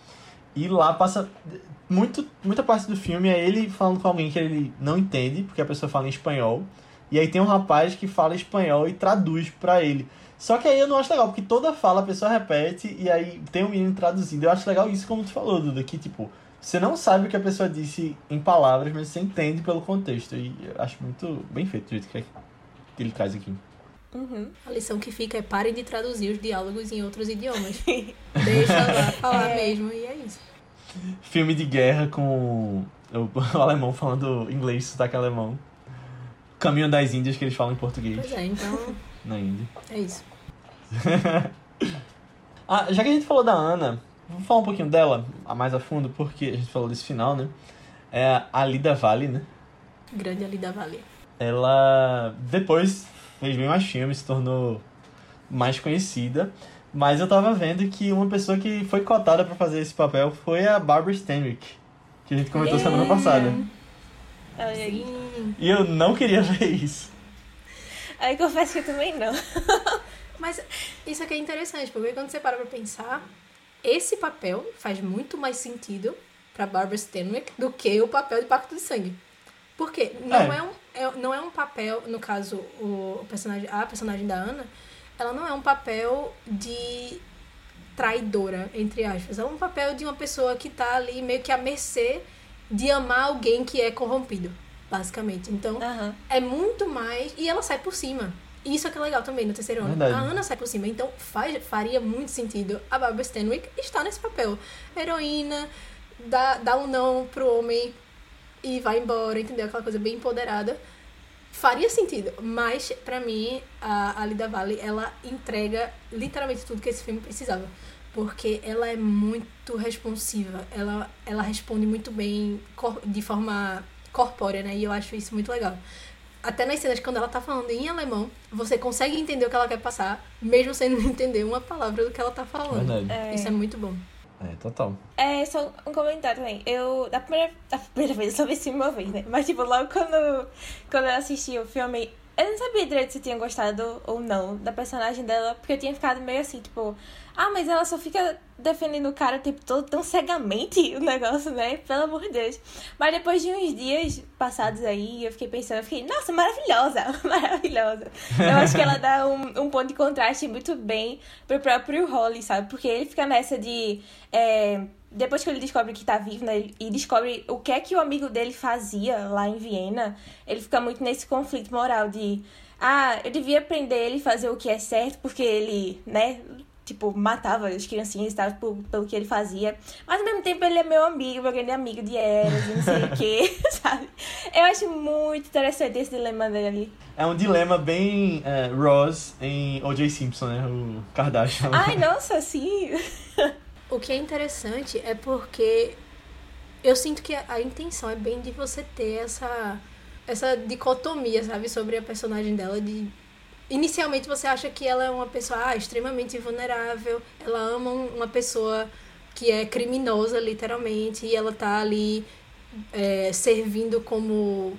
E lá passa muito, muita parte do filme é ele falando com alguém que ele não entende, porque a pessoa fala em espanhol. E aí tem um rapaz que fala espanhol e traduz pra ele. Só que aí eu não acho legal, porque toda fala a pessoa repete e aí tem um menino traduzindo. Eu acho legal isso, como tu falou, Duda, que tipo, você não sabe o que a pessoa disse em palavras, mas você entende pelo contexto. E eu acho muito bem feito o jeito que que ele traz aqui. Uhum. A lição que fica é parem de traduzir os diálogos em outros idiomas. Deixa lá falar É. mesmo e é isso. Filme de guerra com o, o alemão falando inglês, sotaque alemão. Caminho das Índias, que eles falam em português. Pois é, então Na Índia. é isso. Ah, já que a gente falou da Ana, vamos falar um pouquinho dela, a mais a fundo, porque a gente falou desse final, né? É a Lida Vale, né? Grande Alida Vale. Ela depois fez bem mais filmes, se tornou mais conhecida. Mas eu tava vendo que uma pessoa que foi cotada pra fazer esse papel foi a Barbara Stanwyck, que a gente comentou Yeah. semana passada. Olha aí. Sim. E eu não queria ver isso. Aí confesso que eu também não. Mas isso aqui é interessante, porque quando você para pra pensar, esse papel faz muito mais sentido pra Barbara Stanwyck do que o papel de Pacto de Sangue. Porque não É. é, um, é- não é um papel, no caso, o personagem, a personagem da Ana, ela não é um papel de traidora, entre aspas. Ela é um papel de uma pessoa que tá ali meio que à mercê de amar alguém que é corrompido, basicamente. Então, Aham. é muito mais... E ela sai por cima. E isso é que é legal também no terceiro ano. Verdade. A Ana sai por cima. Então, faz, faria muito sentido a Barbara Stanwyck estar nesse papel. Heroína, dá, dá um não pro homem e vai embora, entendeu? Aquela coisa bem empoderada. Faria sentido. Mas, pra mim, a, a Lida Vale, ela entrega literalmente tudo que esse filme precisava. Porque ela é muito responsiva. Ela, ela responde muito bem cor- de forma corpórea, né? E eu acho isso muito legal. Até nas cenas, quando ela tá falando em alemão, você consegue entender o que ela quer passar, mesmo sem entender uma palavra do que ela tá falando. Verdade. É. Isso é muito bom. É, total. É, só um comentário também. Eu, da primeira, da primeira vez, eu só vi esse filme uma vez, né? Mas, tipo, logo quando, quando eu assisti o filme, eu não sabia direito se eu tinha gostado ou não da personagem dela, porque eu tinha ficado meio assim, tipo, ah, mas ela só fica defendendo o cara o tempo todo tão cegamente o negócio, né? Pelo amor de Deus. Mas depois de uns dias passados aí, eu fiquei pensando, eu fiquei, nossa, maravilhosa, maravilhosa. Eu acho que ela dá um, um ponto de contraste muito bem pro próprio Holly, sabe? Porque ele fica nessa de... É, depois que ele descobre que tá vivo, né? E descobre o que é que o amigo dele fazia lá em Viena, ele fica muito nesse conflito moral de... Ah, eu devia prender ele e fazer o que é certo, porque ele, né... Tipo, matava as criancinhas e tal, por, pelo que ele fazia. Mas, ao mesmo tempo, ele é meu amigo, meu grande amigo de Eras e não sei o quê, sabe? Eu acho muito interessante esse dilema dele. É um dilema bem é, Ross em O J Simpson, né? O Kardashian. Ai, nossa, sim. O que é interessante é porque eu sinto que a, a intenção é bem de você ter essa, essa dicotomia, sabe? Sobre a personagem dela, de... Inicialmente você acha que ela é uma pessoa ah, extremamente vulnerável, ela ama um- uma pessoa que é criminosa, literalmente, e ela tá ali é, servindo como...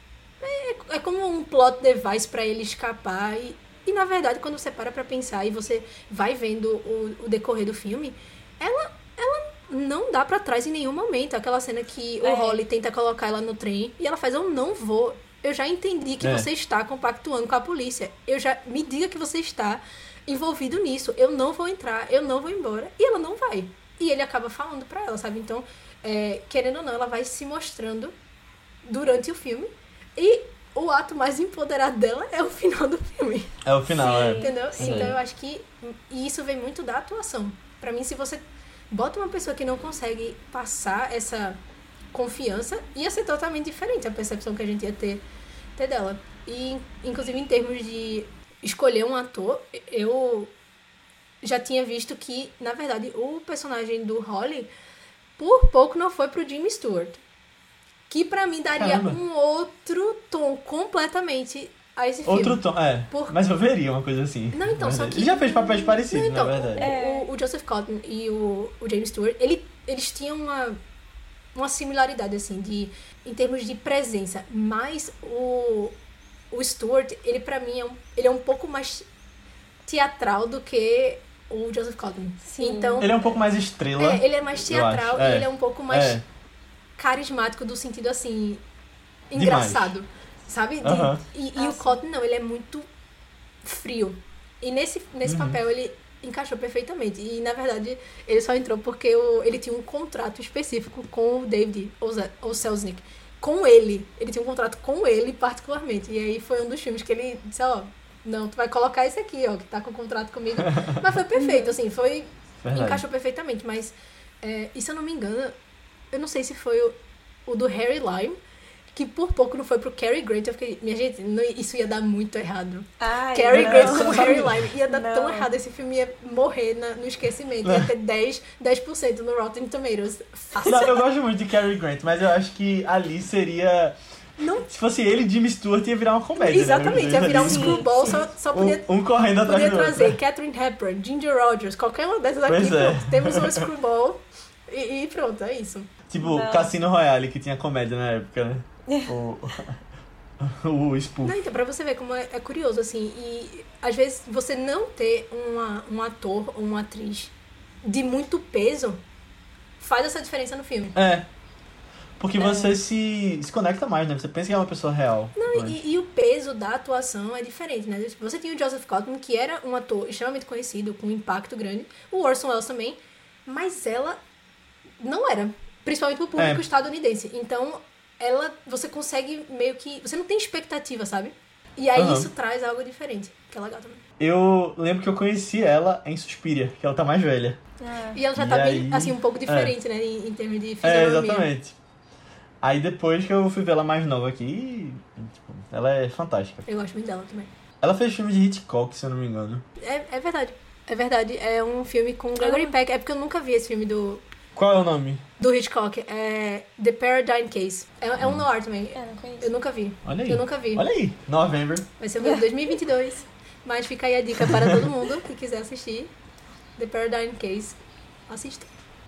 É, é como um plot device pra ele escapar. E, e, na verdade, quando você para pra pensar e você vai vendo o, o decorrer do filme, ela, ela não dá pra trás em nenhum momento. Aquela cena que É. o Holly tenta colocar ela no trem e ela faz, eu não vou... Eu já entendi que É. você está compactuando com a polícia. Eu já me diga que você está envolvido nisso. Eu não vou entrar, eu não vou embora. E ela não vai. E ele acaba falando pra ela, sabe? Então, é, querendo ou não, ela vai se mostrando durante o filme. E o ato mais empoderado dela é o final do filme. É o final, Sim. é. Entendeu? Sim. Então eu acho que e isso vem muito da atuação. Pra mim, se você bota uma pessoa que não consegue passar essa confiança, ia ser totalmente diferente a percepção que a gente ia ter, ter dela. E, inclusive, em termos de escolher um ator, eu já tinha visto que, na verdade, o personagem do Holly, por pouco não foi pro Jimmy Stewart. Que pra mim daria Caramba. um outro tom completamente a esse filme. Outro tom, é. Por- Mas eu veria uma coisa assim. Não, então, na só verdade. que- Ele já fez papéis parecidos, Não, então, na verdade. É. O, o Joseph Cotten e o, o James Stewart, ele, eles tinham uma, uma similaridade, assim, de, em termos de presença. Mas o, o Stewart, ele pra mim, é um, ele é um pouco mais teatral do que o Joseph Cotten. Sim. Então, Ele é um pouco mais estrela. é, ele é mais teatral eu acho. e É. ele é um pouco mais É. carismático do sentido, assim, engraçado. Sabe? De- Aham. E, e Ah, o sim. Cotten, não, ele é muito frio. E nesse, nesse Uhum. papel ele encaixou perfeitamente. E, na verdade, ele só entrou porque o, ele tinha um contrato específico com o David Oze- o Selznick. Com ele. Ele tinha um contrato com ele, particularmente. E aí foi um dos filmes que ele disse, ó, não, tu vai colocar esse aqui, ó, que tá com contrato comigo. Mas foi perfeito, assim, foi... Verdade. Encaixou perfeitamente, mas... É, e se eu não me engano, eu não sei se foi o, o do Harry Lime, que por pouco não foi pro Cary Grant. Eu fiquei, minha gente, não- isso ia dar muito errado. Ai, Cary não. Grant com Harry Lime ia dar Não. tão errado. Esse filme ia morrer na- no esquecimento. Ia ter dez, dez por cento no Rotten Tomatoes. Fácil. Não, eu gosto muito de Cary Grant, mas eu acho que ali seria... Não. Se fosse ele e Jimmy Stewart, ia virar uma comédia. Exatamente, né? ia virar um Ali, screwball, só, só podia, um, um correndo atrás podia do trazer outro. Catherine Hepburn, Ginger Rogers, qualquer uma dessas aqui. Pois é. Pronto, temos um screwball e, e pronto, é isso. Tipo, Não. Cassino Royale, que tinha comédia na época, né? O, o Spoof. Não, então, pra você ver como é, é curioso, assim, e às vezes você não ter uma, um ator ou uma atriz de muito peso faz essa diferença no filme. É. Porque você se, se conecta mais, né? Você pensa que é uma pessoa real. Não, mas- e, e o peso da atuação é diferente, né? Você tinha o Joseph Cotten, que era um ator extremamente conhecido, com um impacto grande, o Orson Welles também, mas ela não era, principalmente pro público É. estadunidense. Então, ela, você consegue meio que... Você não tem expectativa, sabe? E aí Aham. isso traz algo diferente, que é legal também. Eu lembro que eu conheci ela em Suspiria, que ela tá mais velha. Ah. E ela já E tá bem, aí- assim, um pouco diferente, né? Em, em termos de É, fisionomia. exatamente. Aí depois que eu fui ver ela mais nova aqui, tipo, ela é fantástica. Eu gosto muito dela também. Ela fez filme de Hitchcock, se eu não me engano. É, é verdade. É verdade. É um filme com Gregory Ah. Peck. É porque eu nunca vi esse filme do, Qual é o nome? do Hitchcock. É The Paradigm Case. É, é um noir também. Eu não conheço. Eu nunca vi. Olha aí. Eu nunca vi. Olha aí, November. Vai ser o meu dois mil e vinte e dois. Mas fica aí a dica para todo mundo que quiser assistir. The Paradigm Case. Assista.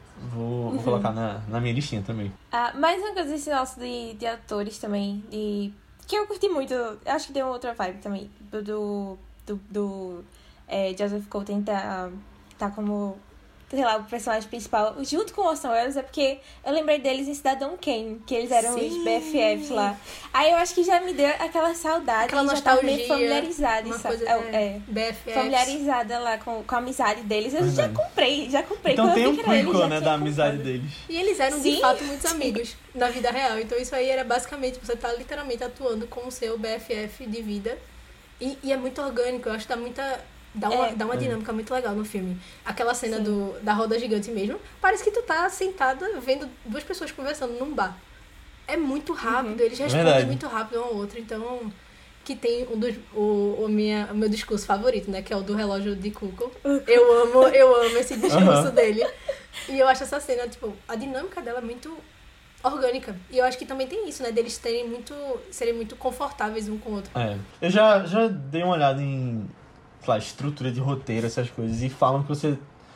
Vou, vou colocar na, na minha listinha também. Ah, mais uma coisa desse nosso de, de atores também, de, que eu curti muito, acho que deu uma outra vibe também, do, do, do, do é, Joseph Cotten tá, tá como, sei lá, o personagem principal, junto com o Orson Welles, é porque eu lembrei deles em Cidadão Kane, que eles eram Sim. os B F Fs lá. Aí eu acho que já me deu aquela saudade, Aquela e já tava nostalgia. meio familiarizada, Uma sabe? coisa... É, é, B F F. familiarizada lá com, com a amizade deles. Eu já Verdade. comprei, já comprei. Então Quando tem eu um vi que era ele, prequel, já né, tinha da amizade comprado. deles. E eles eram, de Sim. fato, muitos amigos na vida real. Então isso aí era basicamente, você tá literalmente atuando com o seu B F F de vida. E, e é muito orgânico, eu acho que dá muita... Dá uma, É. dá uma É. dinâmica muito legal no filme. Aquela cena Sim. do, da roda gigante mesmo, parece que tu tá sentada vendo duas pessoas conversando num bar. É muito rápido, eles respondem Verdade. muito rápido um ao outro. Então, que tem um dos, o, o, minha, o meu discurso favorito, né? Que é o do relógio de Cuckoo. Eu amo, eu amo esse discurso Aham. dele. E eu acho essa cena, tipo, a dinâmica dela é muito orgânica. E eu acho que também tem isso, né? Deles terem muito, serem muito confortáveis um com o outro. É. Eu já, já dei uma olhada em, sei lá, estrutura de roteiro, essas coisas, e falam que você,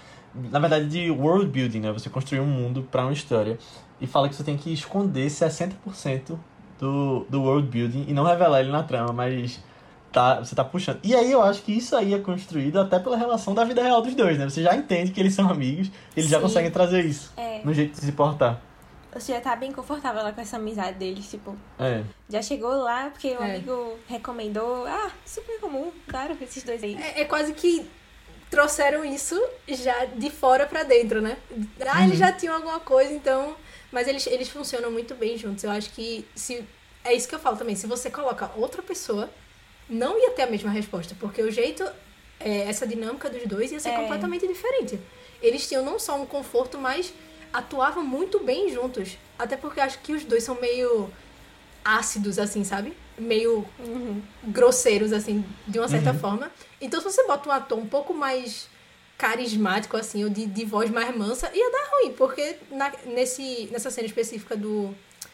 na verdade, de world building, né? Você construir um mundo pra uma história. E fala que você tem que esconder sessenta por cento do, do world building e não revelar ele na trama, mas tá, você tá puxando. E aí eu acho que isso aí é construído até pela relação da vida real dos dois, né? Você já entende que eles são amigos, eles já Sim. conseguem trazer isso É, no jeito de se portar. você já tá bem confortável lá com essa amizade deles, tipo... É. Já chegou lá porque o É. amigo recomendou. Ah, super comum, claro, esses dois aí. É, é quase que trouxeram isso já de fora pra dentro, né? Ah, eles já tinham alguma coisa, então... Mas eles, eles funcionam muito bem juntos. Eu acho que se... É isso que eu falo também. Se você coloca outra pessoa, não ia ter a mesma resposta. Porque o jeito... é, essa dinâmica dos dois ia ser É. completamente diferente. Eles tinham não só um conforto, mas atuavam muito bem juntos. Até porque eu acho que os dois são meio ácidos, assim, sabe? Meio Uhum. grosseiros, assim, de uma certa Uhum. forma. Então, se você bota um ator um pouco mais carismático, assim, ou de, de voz mais mansa, ia dar ruim, porque na, nesse, nessa cena específica do,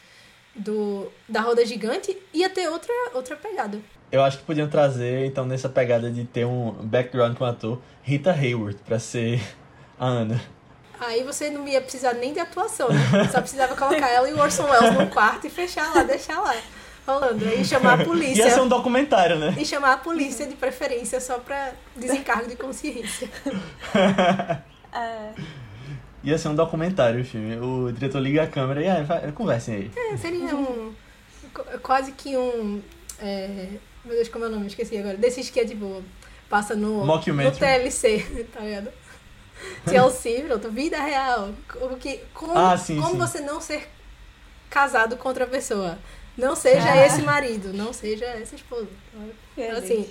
do da roda gigante, ia ter outra, outra pegada. Eu acho que podiam trazer, então, nessa pegada de ter um background com o ator, Rita Hayworth, pra ser a Ana. Aí você não ia precisar nem de atuação, né? Só precisava colocar ela e o Orson Welles num quarto e fechar lá, deixar lá. rolando. Aí chamar a polícia. Ia ser um documentário, né? E chamar a polícia de preferência só pra desencargo de consciência. É. Ia ser um documentário o filme. O diretor liga a câmera e ah, vai, conversem aí. É, seria um... Quase que um... É, meu Deus, como é o nome? Esqueci agora. Desses que é tipo... Passa no, no T L C, tá ligado? T L C, pronto, vida real. O que, como ah, sim, como sim. você não ser casado com outra pessoa. Não seja ah. esse marido, não seja essa esposa. Então, assim...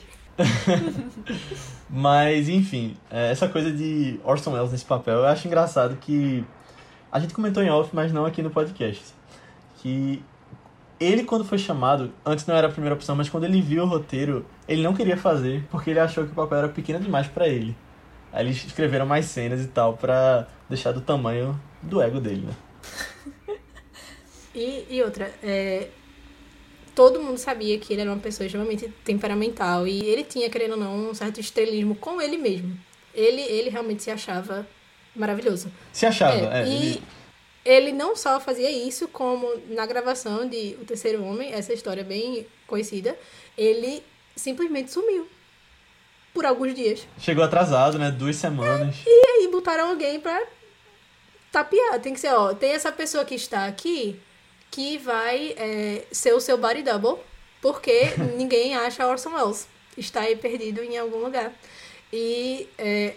Mas, enfim, essa coisa de Orson Welles nesse papel, eu acho engraçado que... A gente comentou em off, mas não aqui no podcast. Que ele, quando foi chamado, antes não era a primeira opção, mas quando ele viu o roteiro, ele não queria fazer, porque ele achou que o papel era pequeno demais pra ele. Aí eles escreveram mais cenas e tal, pra deixar do tamanho do ego dele, né? E, e outra, é, todo mundo sabia que ele era uma pessoa extremamente temperamental e ele tinha, querendo ou não, um certo estrelismo com ele mesmo. Ele, ele realmente se achava maravilhoso. Se achava, é. é. E ele... ele não só fazia isso, como na gravação de O Terceiro Homem, essa história bem conhecida, ele simplesmente sumiu por alguns dias. Chegou atrasado, né? Duas semanas. É, e aí botaram alguém pra tapear. Tem que ser, ó, tem essa pessoa que está aqui que vai é, ser o seu body double, porque ninguém acha Orson Welles. Está aí perdido em algum lugar. E... É...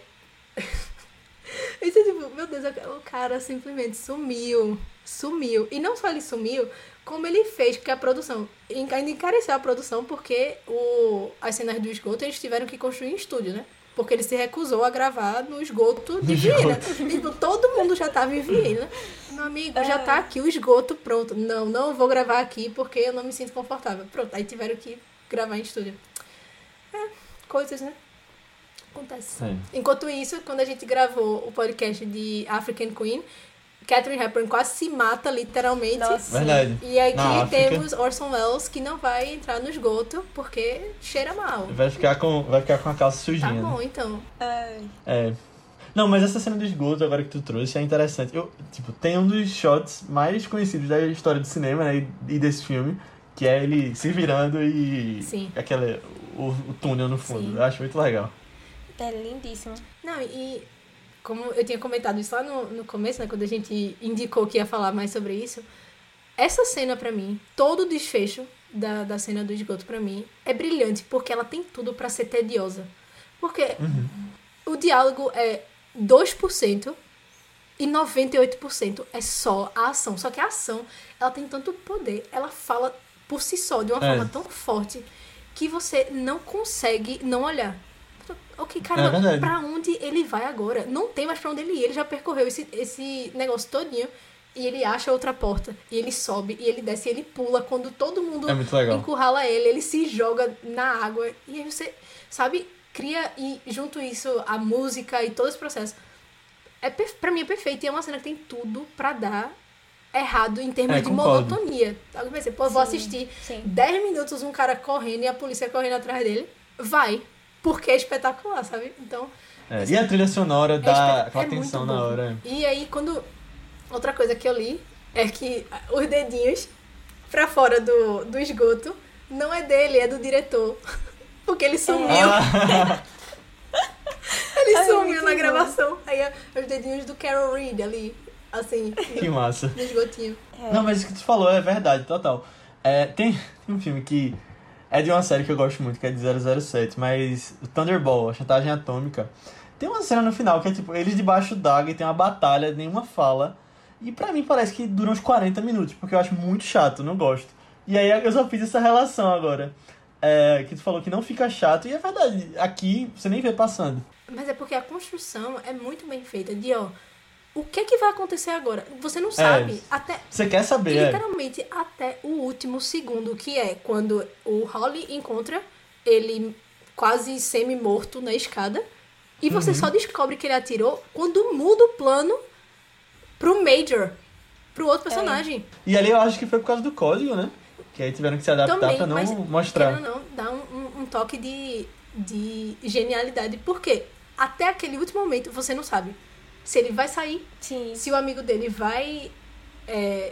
Isso é tipo, meu Deus, o cara simplesmente sumiu. Sumiu. E não só ele sumiu, como ele fez, porque a produção ainda encareceu a produção, porque o, as cenas do esgoto eles tiveram que construir em estúdio, né? Porque ele se recusou a gravar no esgoto de Viena. Tipo, todo mundo já tava em Viena. Meu amigo, já tá aqui o esgoto pronto. Não, não vou gravar aqui porque eu não me sinto confortável. Pronto, aí tiveram que gravar em estúdio. É, coisas, né? Acontece. Sim. Enquanto isso, quando a gente gravou o podcast de African Queen, Katharine Hepburn quase se mata, literalmente. Nossa. Verdade. E aqui Na temos Orson Welles, que não vai entrar no esgoto, porque cheira mal. Vai ficar com, vai ficar com a calça sujinha. Tá bom, né? então. Ai. É. Não, mas essa cena do esgoto, agora que tu trouxe, é interessante. Eu, tipo, tem um dos shots mais conhecidos da história do cinema, né, e, e desse filme, que é ele se virando e... Sim. Aquela, o, o túnel no fundo. Sim. Eu acho muito legal. É lindíssimo. Não, e como eu tinha comentado isso lá no, no começo, né, quando a gente indicou que ia falar mais sobre isso, essa cena pra mim, todo o desfecho da, da cena do esgoto pra mim, é brilhante, porque ela tem tudo pra ser tediosa. Porque Uhum. o diálogo é dois por cento e noventa e oito por cento é só a ação. Só que a ação, ela tem tanto poder, ela fala por si só, de uma É. forma tão forte, que você não consegue não olhar. Ok, É caramba, verdade. pra onde ele vai agora? Não tem mais pra onde ele ir. Ele já percorreu esse, esse negócio todinho e ele acha outra porta. E ele sobe, e ele desce, e ele pula. Quando todo mundo É muito legal. encurrala ele, ele se joga na água. E aí você, sabe, cria, e junto isso, a música e todo esse processo. É, per- pra mim é perfeito. E é uma cena que tem tudo pra dar errado em termos É, de concordo. monotonia. Alguém vai dizer, pô, eu vou Sim, assistir sim. dez minutos um cara correndo e a polícia correndo atrás dele. Vai. Porque é espetacular, sabe? Então... É, e a trilha sonora é dá espe- aquela é muito tensão bom. na hora. E aí, quando... Outra coisa que eu li é que os dedinhos pra fora do, do esgoto não é dele, é do diretor. Porque ele sumiu. Ah, Ele Ai, sumiu muito na bom. gravação. Aí é os dedinhos do Carol Reed ali, assim, que massa. no esgotinho. É. Não, mas isso que tu falou é verdade, total. É, tem, tem um filme que é de uma série que eu gosto muito, que é de zero zero sete, mas o Thunderball, a Chantagem Atômica, tem uma cena no final que é tipo, eles debaixo d'água e tem uma batalha, nenhuma fala, e pra mim parece que dura uns quarenta minutos, porque eu acho muito chato, não gosto. E aí eu só fiz essa relação agora, é, que tu falou que não fica chato, e é verdade, aqui você nem vê passando. Mas é porque a construção é muito bem feita, de ó, o que é que vai acontecer agora? Você não sabe, até... Você quer saber, é. Literalmente até o último segundo, que é quando o Holly encontra ele quase semi-morto na escada, e você Uhum. só descobre que ele atirou quando muda o plano pro Major, pro outro personagem. E ali eu acho que foi por causa do código, né? Que aí tiveram que se adaptar Também, pra não mas, mostrar. querendo ou não, dá um, um, um toque de, de genialidade. Por quê? Até aquele último momento você não sabe se ele vai sair, Sim. se o amigo dele vai é,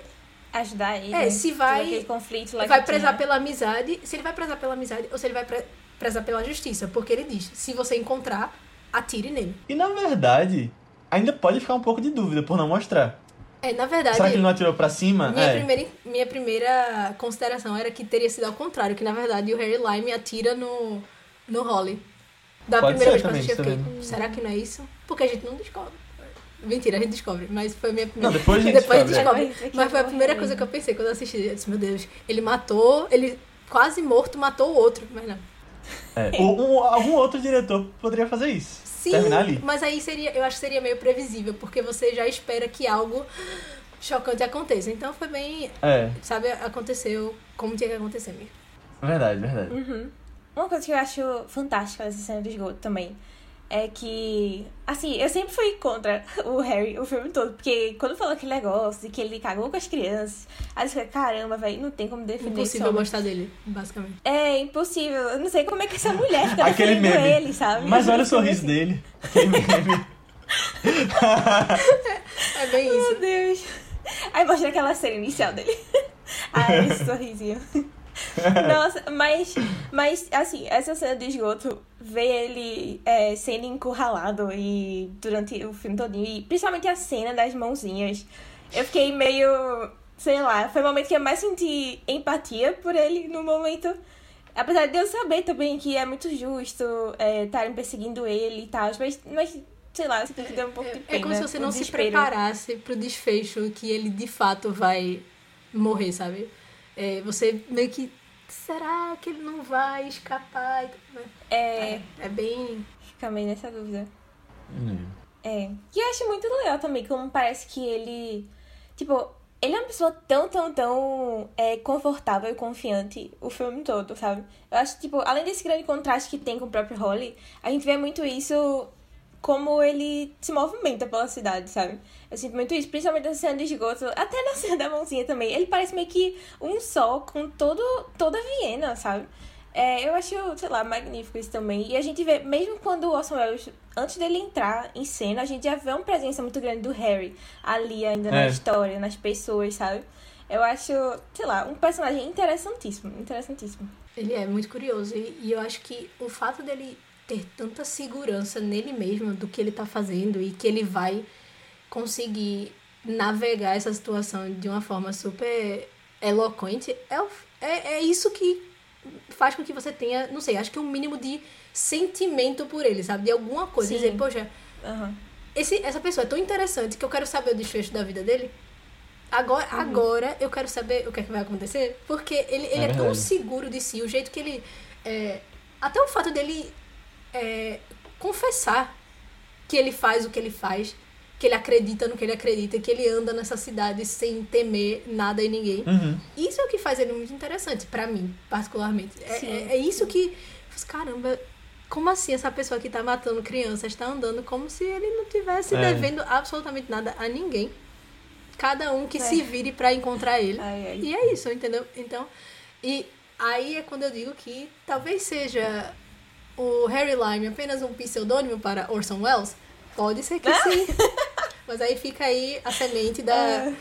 ajudar ele. É, né? se vai- Todo aquele conflito lá vai que prezar tinha. pela amizade, se ele vai prezar pela amizade ou se ele vai pre- prezar pela justiça. Porque ele diz, se você encontrar, atire nele. E na verdade, ainda pode ficar um pouco de dúvida por não mostrar. É, na verdade... Será que ele não atirou pra cima? Minha, é. primeira, minha primeira consideração era que teria sido ao contrário, que na verdade o Harry Lime atira no, no Holly. Da Pode primeira ser vez que eu assisti, eu também, fiquei, será que não é isso? Porque a gente não descobre. Mentira, a gente descobre, mas foi a minha primeira... Não, depois a gente depois descobre, descobre. Mas foi a primeira coisa que eu pensei quando eu assisti. Eu disse, meu Deus, ele matou, ele quase morto matou o outro, mas não. É. Ou um- algum outro diretor poderia fazer isso. Sim, Terminar ali. mas aí seria, eu acho que seria meio previsível, porque você já espera que algo chocante aconteça. Então foi bem, É, sabe, aconteceu como tinha que acontecer mesmo. verdade, verdade. Uhum. Uma coisa que eu acho fantástica dessa cena do esgoto também é que, assim, eu sempre fui contra o Harry o filme todo, porque quando falou aquele negócio de que ele cagou com as crianças, aí eu fiquei, caramba, velho, não tem como defender esse Impossível homem. gostar dele, basicamente. É impossível, eu não sei como é que essa mulher fica Aquele defendendo meme. ele, sabe? Mas olha o Eu fico sorriso assim, dele. Aquele meme. É bem isso. Meu Deus. Aí mostra aquela cena inicial dele. Ai, esse sorrisinho. Nossa, mas, mas, assim, essa cena do esgoto, ver ele é, sendo encurralado e durante o filme todinho, e principalmente a cena das mãozinhas, eu fiquei meio, sei lá, foi o momento que eu mais senti empatia por ele no momento. Apesar de eu saber também que é muito justo estarem perseguindo ele e tal, mas, mas sei lá, eu senti que deu um pouco de É pena. como se você o não se desespero. preparasse pro desfecho que ele de fato vai morrer, sabe? É, você meio que, será que ele não vai escapar? É, É, é bem... fica meio nessa dúvida. Hum. É. E eu acho muito legal também, como parece que ele... Tipo, ele é uma pessoa tão, tão, tão é, confortável e confiante o filme todo, sabe? Eu acho, tipo, além desse grande contraste que tem com o próprio Holly, a gente vê muito isso como ele se movimenta pela cidade, sabe? Eu sinto muito isso, principalmente na cena de esgoto, até na cena da mãozinha também. Ele parece meio que um só com todo, toda a Viena, sabe? É, eu acho, sei lá, magnífico isso também. E a gente vê, mesmo quando o Orson Welles, antes dele entrar em cena, a gente já vê uma presença muito grande do Harry ali ainda na É. história, nas pessoas, sabe? Eu acho, sei lá, um personagem interessantíssimo, interessantíssimo. Ele é muito curioso e, e eu acho que o fato dele ter tanta segurança nele mesmo do que ele tá fazendo e que ele vai conseguir navegar essa situação de uma forma super eloquente é, o- é, é isso que faz com que você tenha, não sei, acho que um mínimo de sentimento por ele, sabe? De alguma coisa. Sim. Dizer, poxa, Aham. esse, essa pessoa é tão interessante que eu quero saber o desfecho da vida dele. Agora, agora eu quero saber o que é que vai acontecer. Porque ele, ele é, É tão verdade. seguro de si, o jeito que ele... é, até o fato dele é, confessar que ele faz o que ele faz, que ele acredita no que ele acredita, que ele anda nessa cidade sem temer nada e ninguém. Uhum. Isso é o que faz ele muito interessante, pra mim, particularmente. É, Sim. é, é isso que... Caramba, como assim essa pessoa que tá matando crianças tá andando como se ele não tivesse É. devendo absolutamente nada a ninguém? Cada um que É. se vire pra encontrar ele. Ai, ai. E é isso, entendeu? Então, e aí é quando eu digo que talvez seja o Harry Lime apenas um pseudônimo para Orson Welles. Pode ser que sim. Mas aí fica aí a semente da, É.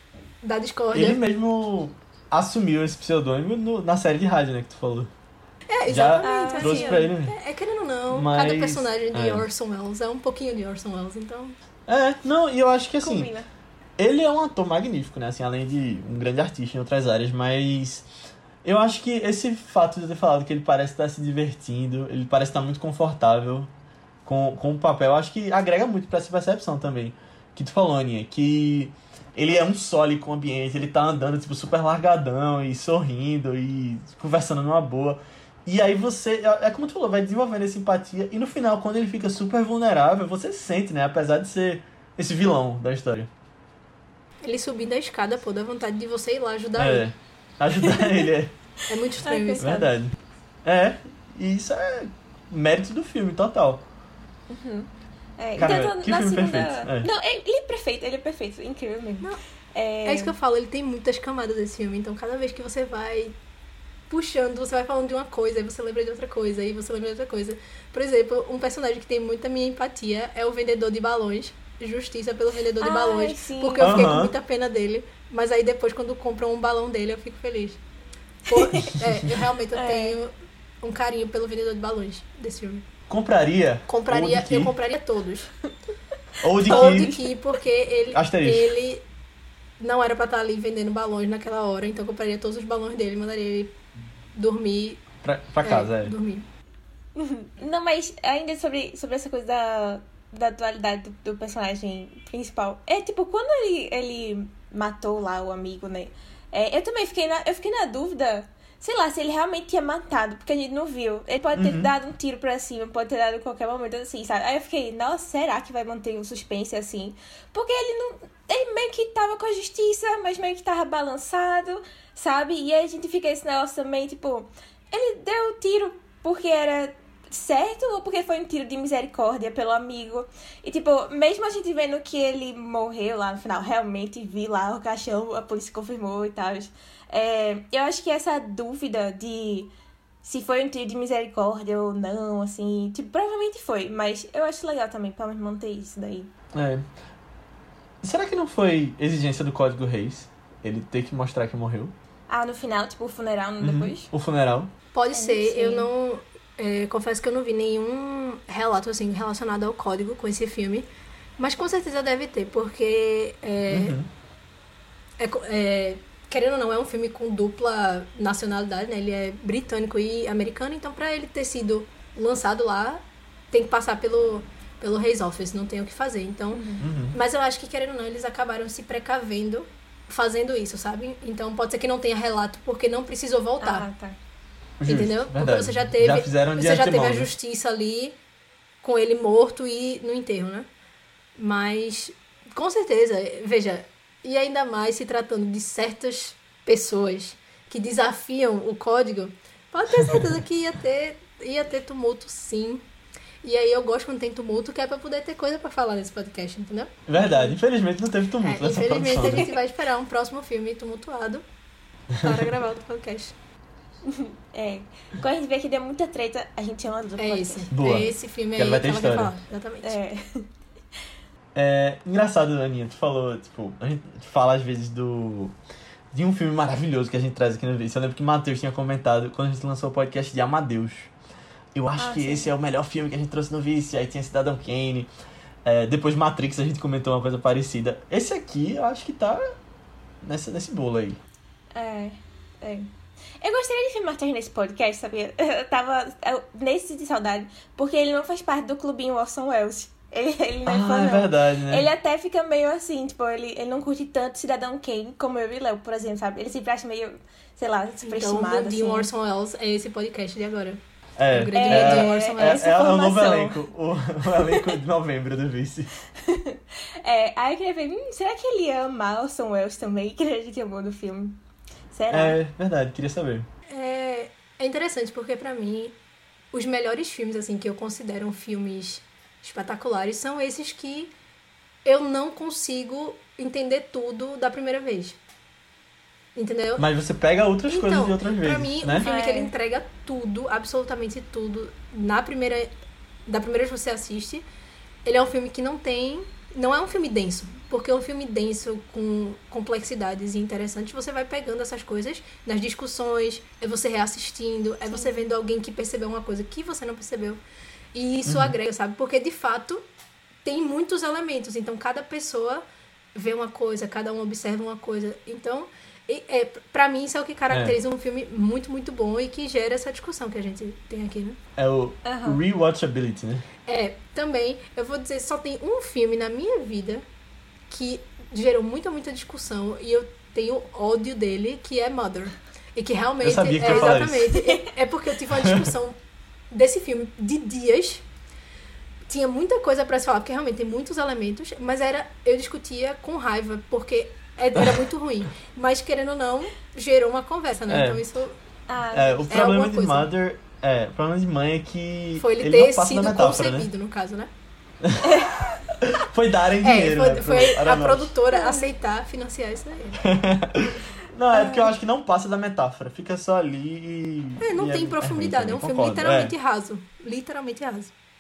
da discórdia. Ele mesmo assumiu esse pseudônimo no- na série de rádio, né, que tu falou. É, Já exatamente. assim, trouxe ó. pra ele, né? É, é querendo ou não, Mas- cada personagem de é. Orson Welles é um pouquinho de Orson Welles, então... É, não, e eu acho que assim, Combina. ele é um ator magnífico, né, assim, além de um grande artista em outras áreas, mas eu acho que esse fato de eu ter falado que ele parece estar se divertindo, ele parece estar muito confortável com, com o papel, eu acho que agrega muito pra essa percepção também, que tu falou, Aninha, que ele é um só ali com o ambiente, ele tá andando, tipo, super largadão e sorrindo e conversando numa boa. E aí você, é é como tu falou, vai desenvolvendo essa empatia e no final, quando ele fica super vulnerável, você sente, né, apesar de ser esse vilão da história. Ele subindo a escada, pô, dá vontade de você ir lá ajudar É, ele. ajudar ele, é É muito estranho Ai, isso. Sabe? verdade. É, e isso é mérito do filme, total. É, Cara, então, que na filme segunda... perfeito, é. Não, ele é perfeito, ele é perfeito, incrível mesmo. Não, É, É isso que eu falo, ele tem muitas camadas esse filme, então cada vez que você vai puxando, você vai falando de uma coisa, aí você lembra de outra coisa, aí você lembra de outra coisa. Por exemplo, um personagem que tem muita minha empatia é o vendedor de balões justiça pelo vendedor de Ai, balões, sim. porque eu fiquei Aham. com muita pena dele. Mas aí depois, quando compram um balão dele, eu fico feliz. Por- é, eu realmente eu É. tenho um carinho pelo vendedor de balões desse filme. Compraria? Compraria, Ou de eu que? compraria todos. Ou de Ou de que? que, porque ele, Asterisco. ele não era pra estar ali vendendo balões naquela hora, então eu compraria todos os balões dele e mandaria ele dormir. Pra, pra casa, é. Dormir. Não, mas ainda sobre, sobre essa coisa da, da dualidade do, do personagem principal. É, tipo, quando ele, ele matou lá o amigo, né? É, eu também fiquei na, eu fiquei na dúvida, sei lá, se ele realmente tinha matado, porque a gente não viu. Ele pode ter Uhum. dado um tiro pra cima, pode ter dado em qualquer momento, assim, sabe? Aí eu fiquei, nossa, será que vai manter um suspense assim? Porque ele não... Ele meio que tava com a justiça, mas meio que tava balançado, sabe? E aí a gente fica esse negócio também, tipo... Ele deu o tiro porque era certo ou porque foi um tiro de misericórdia pelo amigo? E, tipo, mesmo a gente vendo que ele morreu lá no final, realmente vi lá o caixão, a polícia confirmou e tal. É, eu acho que essa dúvida de se foi um tiro de misericórdia ou não, assim, tipo, provavelmente foi, mas eu acho legal também, pra manter isso daí. É. Será que não foi exigência do Código Reis ele ter que mostrar que morreu? Ah, no final, tipo, o funeral, Uhum. depois? O funeral? Pode Eu não ser, sei. eu não. é, confesso que eu não vi nenhum relato assim relacionado ao código com esse filme. Mas com certeza deve ter, porque. É, Uhum. é co- é, querendo ou não, é um filme com dupla nacionalidade, né? Ele é britânico e americano, então pra ele ter sido lançado lá, tem que passar pelo, pelo Reis Office, não tem o que fazer. Então. Uhum. Mas eu acho que, querendo ou não, eles acabaram se precavendo fazendo isso, sabe? Então pode ser que não tenha relato porque não precisou voltar. Ah, tá. Justo, Entendeu? Porque verdade. você já teve, Já fizeram de você já teve antemão, a né? justiça ali com ele morto e no enterro, né? Mas, com certeza, veja, e ainda mais se tratando de certas pessoas que desafiam o código, pode ter certeza que ia ter, ia ter tumulto, sim. E aí eu gosto quando tem tumulto, que é pra poder ter coisa pra falar nesse podcast, entendeu? Verdade, infelizmente não teve tumulto É, nessa infelizmente produção. a né? gente vai esperar um próximo filme tumultuado para gravar o podcast. É. Quando a gente vê que deu muita treta, a gente ama do É esse. Boa. É esse filme Que aí ela vai que ter ela quer história. falar. Exatamente. É. É engraçado, Aninha, tu falou, tipo, a gente fala às vezes do... de um filme maravilhoso que a gente traz aqui no Vice. Eu lembro que o Matheus tinha comentado quando a gente lançou o podcast de Amadeus. Eu acho Ah, que sim. esse é o melhor filme que a gente trouxe no Vice. Aí tinha Cidadão Kane. É, depois Matrix a gente comentou uma coisa parecida. Esse aqui eu acho que tá nessa, nesse bolo aí. É, é. Eu gostaria de filmar Matheus nesse podcast, sabia? Eu tava eu, nesse de saudade, porque ele não faz parte do clubinho Orson Welles. Ele, ele não é fã, Ah, é não. verdade, né? Ele até fica meio assim, tipo, ele, ele não curte tanto Cidadão Kane como eu e Léo, por exemplo, sabe? Ele sempre acha meio, sei lá, Então, superestimado, o Mundinho assim. Orson Welles é esse podcast de agora. É, o grande É, Mundinho Orson é, Welles. é, é o novo Informação. elenco. O, o elenco de novembro do Vice. É, aí eu queria ver, hum, será que ele ia amar Orson Welles também, que a gente amou no filme? Será? É verdade, queria saber. É, é interessante porque, pra mim, os melhores filmes, assim, que eu considero filmes espetaculares são esses que eu não consigo entender tudo da primeira vez. Entendeu? Mas você pega outras Então, coisas de outras vezes, pra mim, né? um filme É. que ele entrega tudo, absolutamente tudo, na primeira, da primeira vez que você assiste, ele é um filme que não tem, não é um filme denso, porque é um filme denso com complexidades interessantes, você vai pegando essas coisas nas discussões, é você reassistindo, é você vendo alguém que percebeu uma coisa que você não percebeu, e isso Uhum. agrega, sabe? Porque, de fato, tem muitos elementos, então cada pessoa vê uma coisa, cada um observa uma coisa, então... E, é, pra mim, isso é o que caracteriza um filme muito, muito bom e que gera essa discussão que a gente tem aqui, né? É o Aham. rewatchability, né? É, também, eu vou dizer, só tem um filme na minha vida que gerou muita, muita discussão e eu tenho ódio dele, que é Mother. E que realmente... Eu sabia que tu é, ia falar exatamente. É, é porque eu tive uma discussão desse filme de dias. Tinha muita coisa pra se falar, porque realmente tem muitos elementos, mas era eu discutia com raiva, porque era muito ruim. Mas, querendo ou não, gerou uma conversa, né? É. Então isso Ah, É, o problema alguma de coisa. Mother... É, o problema de mãe é que foi ele, ele ter não passa sido da metáfora, concebido, no caso, né? né? Foi darem É, dinheiro, foi, né? foi pro- para a nós. produtora aceitar financiar isso daí. Não, é porque eu acho que não passa da metáfora. Fica só ali e... É, não e tem é, profundidade, é, ruim um filme também, concordo. literalmente raso. Literalmente raso.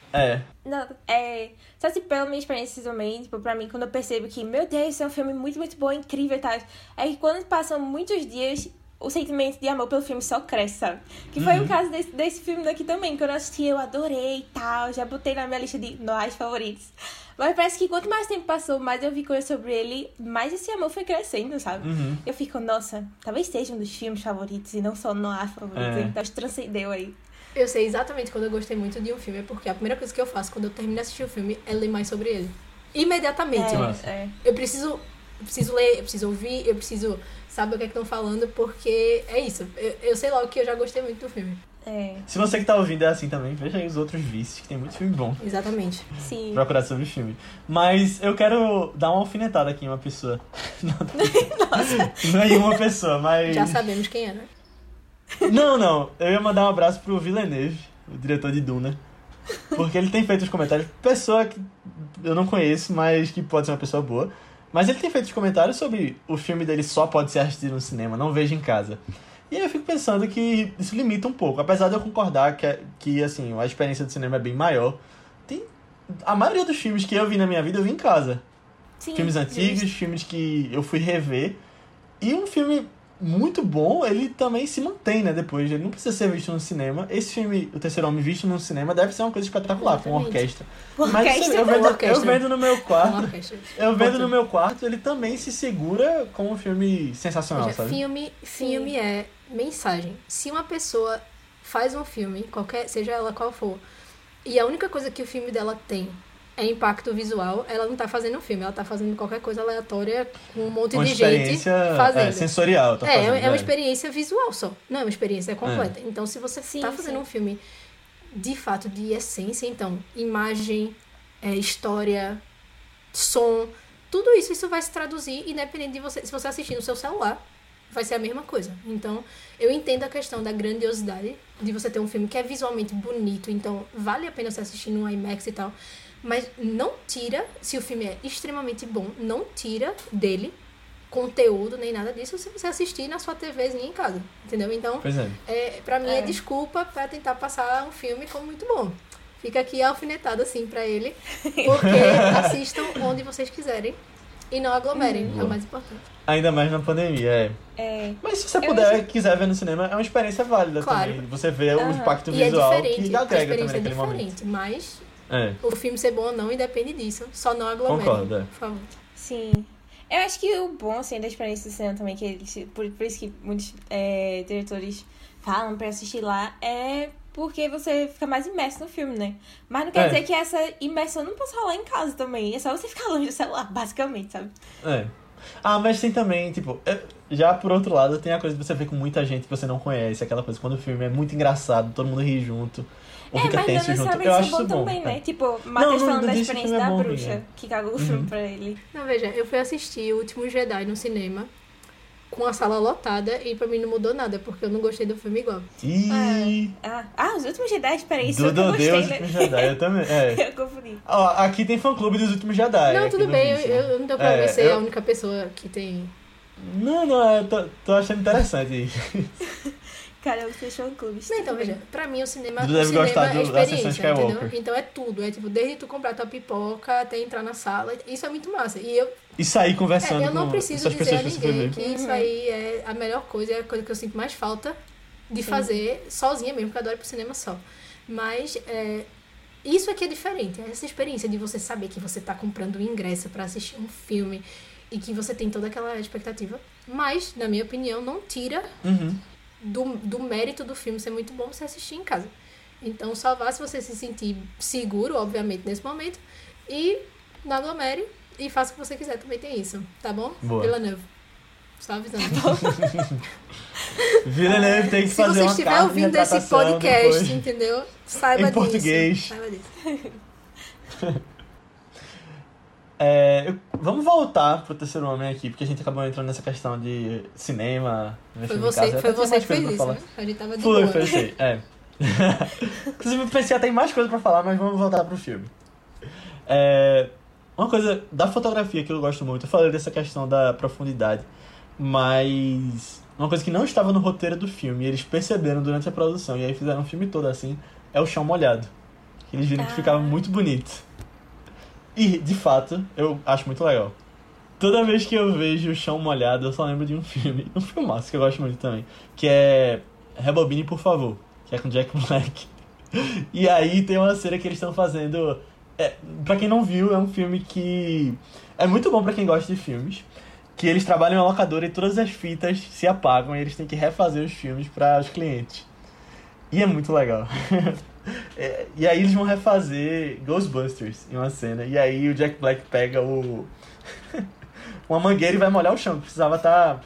É. Não, é... Só assim, pela minha experiência também, tipo, pra mim, quando eu percebo que, meu Deus, esse é um filme muito, muito bom, incrível e tal, é que quando passam muitos dias, o sentimento de amor pelo filme só cresce, sabe? Que foi Uhum. o caso desse, desse filme daqui também, que eu assisti, eu adorei e tal, já botei na minha lista de noais favoritos. Mas parece que quanto mais tempo passou, mais eu vi coisas sobre ele, mais esse amor foi crescendo, sabe? Uhum. Eu fico, nossa, talvez seja um dos filmes favoritos e não só noir favoritos, É. então transcendeu aí. Eu sei exatamente quando eu gostei muito de um filme, é porque a primeira coisa que eu faço quando eu termino de assistir o filme é ler mais sobre ele. Imediatamente. Nossa. É, é. Eu preciso, eu preciso ler, eu preciso ouvir, eu preciso saber o que é que estão falando, porque é isso. Eu, eu sei logo que eu já gostei muito do filme. É, Se você que tá ouvindo é assim também, veja aí os outros vícios, que tem muito filme bom. Exatamente. sim. Procurar sobre o filme. Mas eu quero dar uma alfinetada aqui em uma pessoa. Não é em uma pessoa, mas... Já sabemos quem é, né? Não, não. Eu ia mandar um abraço pro Villeneuve, o diretor de Duna. Porque ele tem feito os comentários. Pessoa que eu não conheço, mas que pode ser uma pessoa boa. Mas ele tem feito os comentários sobre o filme dele só pode ser assistido no cinema, não vejo em casa. E aí eu fico pensando que isso limita um pouco. Apesar de eu concordar que, que assim, a experiência do cinema é bem maior. Tem... A maioria dos filmes que eu vi na minha vida, eu vi em casa. Sim, Filmes antigos, justo. filmes que eu fui rever. E um filme muito bom, ele também se mantém, né, depois. Ele não precisa ser visto no cinema. Esse filme, O Terceiro Homem, visto no cinema, deve ser uma coisa espetacular, com uma Exatamente. orquestra. Uma Mas orquestra. eu, vendo, Uma orquestra. eu vendo no meu Uma quarto... orquestra. Eu vendo Importante. no meu quarto, ele também se segura como um filme sensacional, Veja, sabe? filme, filme é mensagem. Se uma pessoa faz um filme, qualquer, seja ela qual for, e a única coisa que o filme dela tem é impacto visual, ela não tá fazendo um filme, ela tá fazendo qualquer coisa aleatória com um monte Uma de gente experiência fazendo. é, sensorial, tá É, fazendo. é uma experiência visual só. Não é uma experiência completa. Então, se você Sim, tá fazendo sim. um filme de fato de essência, então, imagem, é, história, som, tudo isso, isso vai se traduzir independente de você. Se você assistir no seu celular, vai ser a mesma coisa. Então, eu entendo a questão da grandiosidade de você ter um filme que é visualmente bonito, então vale a pena você assistir no IMAX e tal. Mas não tira, se o filme é extremamente bom, não tira dele conteúdo nem nada disso se você assistir na sua TVzinha em casa, entendeu? Então, Pois é. é, pra mim é. É. desculpa pra tentar passar um filme como muito bom. Fica aqui a alfinetada assim pra ele, porque assistam onde vocês quiserem e não aglomerem, é Boa. o mais importante. Ainda mais na pandemia, é. É, Mas se você Eu puder, acho- quiser ver no cinema, é uma experiência válida Claro. também. Você vê o Aham. impacto E é visual diferente, que a agrega também experiência é naquele momento. diferente, mas É. o filme ser bom ou não independe disso, só não aglomerem, Concordo, é. por favor. sim. Eu acho que o bom, assim, da experiência do cinema também, que eles, por, por isso que muitos é, diretores falam pra assistir lá, é porque você fica mais imerso no filme, né? Mas não quer É. dizer que essa imersão não possa rolar em casa também. É só você ficar longe do celular, basicamente, sabe? É. Ah, mas tem também, tipo, é- já por outro lado, tem a coisa de você ver com muita gente que você não conhece, aquela coisa quando o filme é muito engraçado, todo mundo ri junto, ou É, fica mas não tenso junto. necessariamente Eu isso acho é bom isso bom. também, é. né? Tipo, o Não, Matheus não- falando não da disse que experiência o filme é da bom, bruxa, é. que cagou o Uhum. filme pra ele. Não, veja, eu fui assistir O Último Jedi no cinema com a sala lotada e pra mim não mudou nada, porque eu não gostei do filme igual. E... Ah, ah, os últimos Jedi, peraí, isso Do é que eu do gostei, Deus, né? Último Jedi, eu também. É. Eu confundi. Ó, aqui tem fã-clube dos Últimos Jedi. não, aqui tudo no bem, eu, Vício. eu não tenho problema É, em ser eu- a única pessoa que tem... Não, não, eu tô, tô achando interessante. Cara, eu fechou o clube. Não, então, veja, pra mim o cinema, Tu o deve cinema gostar é do- da Ascensão experiência, Skywalker. entendeu? Então é tudo, é tipo, desde tu comprar tua pipoca até entrar na sala, isso é muito massa. E eu, E sair conversando é, eu não com preciso essas dizer a pessoas que você ninguém vê. que isso Uhum. aí é a melhor coisa, é a coisa que eu sinto mais falta de Sim. fazer sozinha mesmo, porque eu adoro ir pro cinema só. Mas é, isso aqui é diferente, essa experiência de você saber que você tá comprando um ingresso pra assistir um filme e que você tem toda aquela expectativa, mas, na minha opinião, não tira Uhum. do, do mérito do filme ser muito bom você assistir em casa. Então só vá se você se sentir seguro, obviamente, nesse momento, e não aglomere e faça o que você quiser, também tem isso, tá bom? Boa. Villeneuve. Só avisando. Villeneuve tem que Se fazer você uma estiver carta de ouvindo esse retratação podcast, depois. entendeu? Saiba Em disso. português. Saiba disso. É, eu- vamos voltar pro Terceiro Homem aqui, porque a gente acabou entrando nessa questão de cinema. ver Foi filme em você, casa. foi Até tinha você mais que coisa fez pra isso, falar. né? A gente tava de Foi, boa. foi, sei, é. Inclusive, eu pensei até em mais coisa pra falar, mas vamos voltar pro filme. É, uma coisa da fotografia que eu gosto muito, eu falei dessa questão da profundidade, mas uma coisa que não estava no roteiro do filme, e eles perceberam durante a produção, e aí fizeram o filme todo assim, é o chão molhado. Que eles viram que Ah. ficava muito bonito. E, de fato, eu acho muito legal. Toda vez que eu vejo o chão molhado, eu só lembro de um filme. Um filmaço que eu gosto muito também. Que é Rebobine, por favor. Que é com Jack Black. E aí tem uma cena que eles estão fazendo... É, pra quem não viu, é um filme que... É muito bom pra quem gosta de filmes. Que eles trabalham em uma locadora e todas as fitas se apagam e eles têm que refazer os filmes para os clientes. E é muito legal. É, e aí eles vão refazer Ghostbusters em uma cena. E aí o Jack Black pega o... uma mangueira e vai molhar o chão, que precisava estar...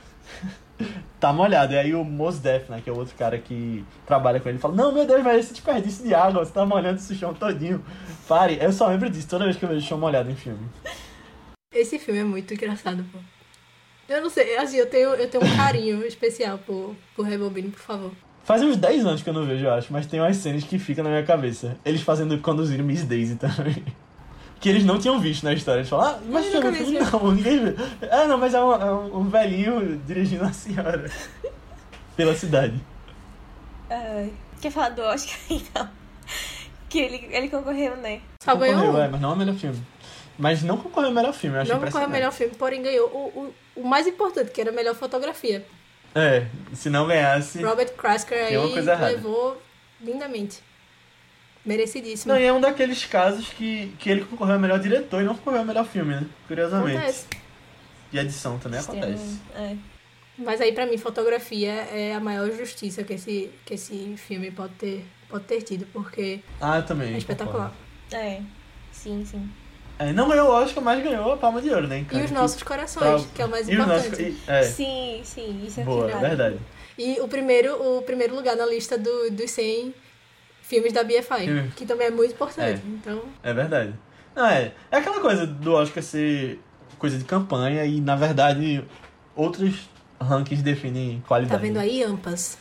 tá molhado. E aí o Mos Def, né, que é o outro cara que trabalha com ele, fala: não, meu Deus, mas esse desperdício de água, você tá molhando esse chão todinho. Pare. Eu só lembro disso toda vez que eu vejo chão molhado em filme. Esse filme é muito engraçado, pô. Eu não sei, assim, eu tenho, eu tenho um carinho especial por, por Rebobine, por favor. Faz uns dez anos que eu não vejo, eu acho, mas tem umas cenas que ficam na minha cabeça. Eles fazendo conduzir Miss Daisy também. Que eles não tinham visto na história. Eles falam: ah, mas Eu já nunca viu? vi esse Não, ninguém viu. Ah, não, mas é um, é um, um velhinho dirigindo uma senhora pela cidade. Ai, quer falar do Oscar, então? Que ele, ele concorreu, né? Só ganhou Concorreu, um. é, mas não é o melhor filme. Mas não concorreu ao melhor filme, eu acho Não concorreu o impressionante. melhor filme, porém ganhou o, o, o mais importante, que era a melhor fotografia. É, se não ganhasse... Robert Krasker Tem uma aí coisa errada. levou lindamente. Merecidíssimo. Não, e é um daqueles casos que, que ele concorreu ao melhor diretor e não concorreu ao melhor filme, né? Curiosamente. Acontece. E edição também acontece. É. Mas aí, pra mim, fotografia é a maior justiça que esse, que esse filme pode ter, pode ter tido, porque Ah, eu também. é espetacular. concordo. É, sim, sim. É, não ganhou o Oscar, mas ganhou a Palma de Ouro, né? E os nossos corações, Pra- que é o mais E os nossos... importante. e- É, Sim, sim, isso é boa, é verdade. verdade. E o primeiro, o primeiro lugar na lista do, dos cem filmes da B F I, Filme. que também é muito importante. É. Então, É verdade. Não, é, é aquela coisa do Oscar ser coisa de campanha e, na verdade, outros rankings definem tá qualidade. vendo aí, Ampas?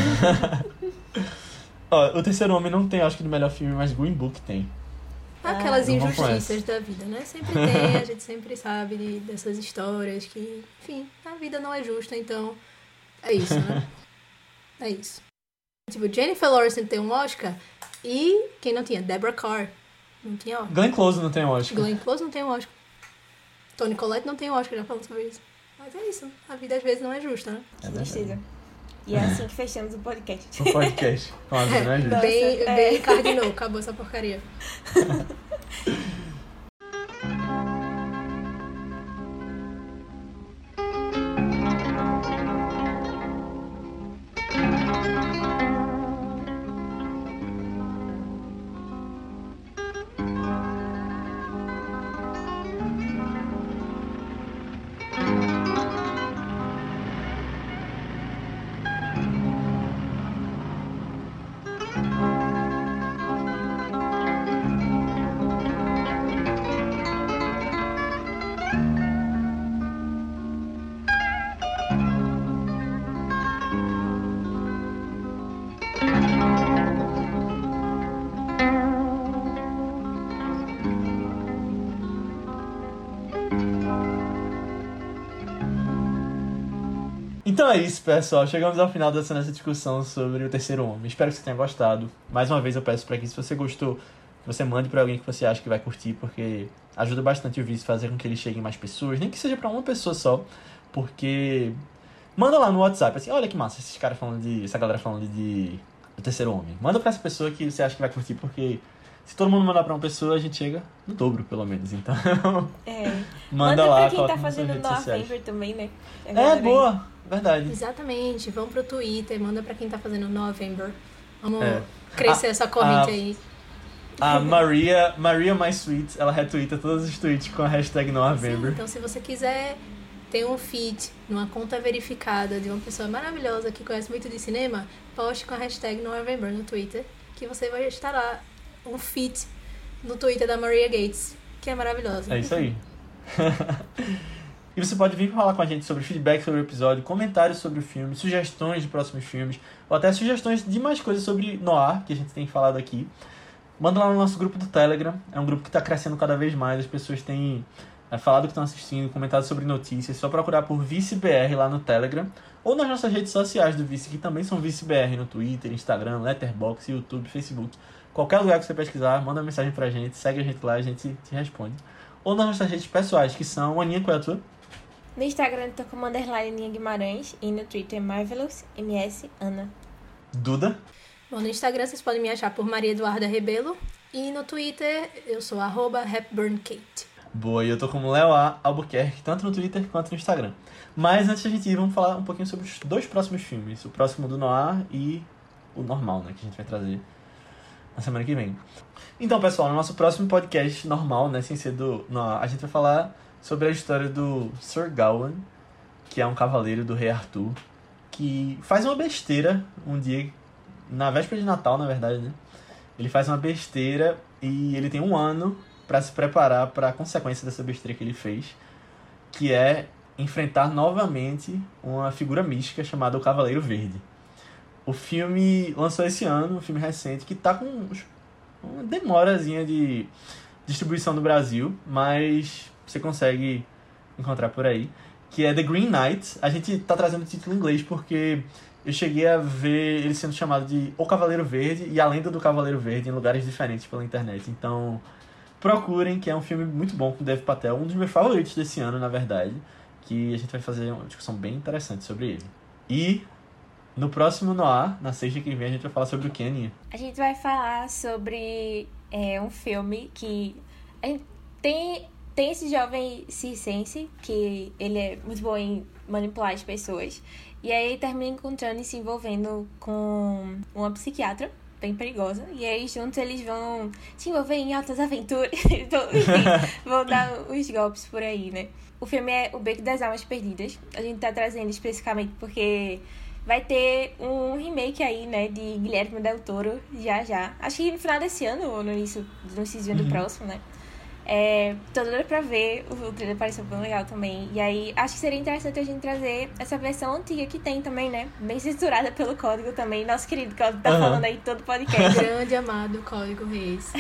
Ó, o Terceiro Homem não tem Oscar de melhor filme, mas Green Book tem. Aquelas eu vou com injustiças da vida, né? Sempre tem, a gente sempre sabe de- dessas histórias que, enfim, a vida não é justa, então é isso, né? É isso. Tipo, Jennifer Lawrence tem um Oscar e quem não tinha? Deborah Carr. Não tinha Oscar. Glenn Close não tem Oscar. Glenn Close não tem um Oscar. Toni Collette não tem um Oscar, já falamos sobre isso. Mas é isso, a vida às vezes não é justa, né? É Que verdade. tristeza. E é assim que fechamos o podcast. O podcast. Com a vida, né, gente? Nossa, Bem, é. bem cardinou, acabou essa porcaria. Então é isso, pessoal. Chegamos ao final dessa nossa discussão sobre o Terceiro Homem. Espero que você tenha gostado. Mais uma vez eu peço para que, se você gostou, que você mande para alguém que você acha que vai curtir, porque ajuda bastante o vídeo, fazer com que ele chegue em mais pessoas, nem que seja para uma pessoa só, porque manda lá no WhatsApp, assim, olha que massa, esses caras falando de, essa galera falando de O Terceiro Homem. Manda para essa pessoa que você acha que vai curtir, porque se todo mundo mandar para uma pessoa, a gente chega no dobro, pelo menos. Então, É. manda, Manda lá, pra quem coloca tá nas suas fazendo redes sociais. November também, né? A É, galera boa, verdade. Exatamente, vão pro Twitter, manda pra quem tá fazendo November. Vamos É. crescer A- essa corrente a- aí. A Maria, Maria My Sweet, ela retweeta todos os tweets com a hashtag Sim, November. então se você quiser ter um feed numa conta verificada de uma pessoa maravilhosa que conhece muito de cinema, poste com a hashtag November no Twitter, que você vai estar lá um feed no Twitter da Maria Gates, que é maravilhosa. É isso aí. E você pode vir falar com a gente sobre feedback sobre o episódio, comentários sobre o filme, sugestões de próximos filmes, ou até sugestões de mais coisas sobre noir, que a gente tem falado aqui. Manda lá no nosso grupo do Telegram, é um grupo que está crescendo cada vez mais, as pessoas têm é, falado que estão assistindo, comentado sobre notícias, é só procurar por ViceBR lá no Telegram, ou nas nossas redes sociais do Vice, que também são ViceBR no Twitter, Instagram, Letterboxd, YouTube, Facebook. qualquer lugar que você pesquisar, manda uma mensagem pra gente, segue a gente lá, a gente te responde. Ou nas nossas redes pessoais, que são... Aninha, qual é a tua? No Instagram eu tô como underline Aninha Guimarães e no Twitter Marvelous M S Ana. Duda? Bom, no Instagram vocês podem me achar por Maria Eduarda Rebelo. E no Twitter eu sou arroba hepburnkate. Boa, e eu tô como Léo A. Albuquerque, tanto no Twitter quanto no Instagram. Mas antes da gente ir, vamos falar um pouquinho sobre os dois próximos filmes. O próximo do Noir e o normal, né? Que a gente vai trazer na semana que vem. Então, pessoal, no nosso próximo podcast normal, né? Sem ser do Noir, a gente vai falar sobre a história do Sir Gawain, que é um cavaleiro do rei Arthur, que faz uma besteira um dia, na véspera de Natal, na verdade, né? Ele faz uma besteira e ele tem um ano para se preparar para a consequência dessa besteira que ele fez, que é enfrentar novamente uma figura mística chamada o Cavaleiro Verde. O filme lançou esse ano, um filme recente, que tá com uma demorazinha de distribuição no Brasil, mas você consegue encontrar por aí, que é The Green Knight. A gente tá trazendo o título em inglês porque eu cheguei a ver ele sendo chamado de O Cavaleiro Verde e A Lenda do Cavaleiro Verde em lugares diferentes pela internet. Então, procurem, que é um filme muito bom com Dev Patel, um dos meus favoritos desse ano, na verdade, que a gente vai fazer uma discussão bem interessante sobre ele. E no próximo Noir, na sexta que vem, a gente vai falar sobre o que, Aninha? A gente vai falar sobre é, um filme que a gente tem, tem esse jovem circense, que ele é muito bom em manipular as pessoas, e aí ele termina encontrando e se envolvendo com uma psiquiatra bem perigosa, e aí juntos eles vão se envolver em altas aventuras, então, enfim, vão dar uns golpes por aí, né? O filme é O Beco das Almas Perdidas. A gente tá trazendo especificamente porque vai ter um remake aí, né, de Guilherme Del Toro, já já. Acho que no final desse ano, ou no início, no início do Uhum. próximo, né? É, tô doida pra ver, o trailer pareceu bem legal também. E aí, acho que seria interessante a gente trazer essa versão antiga que tem também, né? Bem censurada pelo Código também. Nosso querido Código tá Uhum. falando aí todo podcast. Grande amado Código Reis.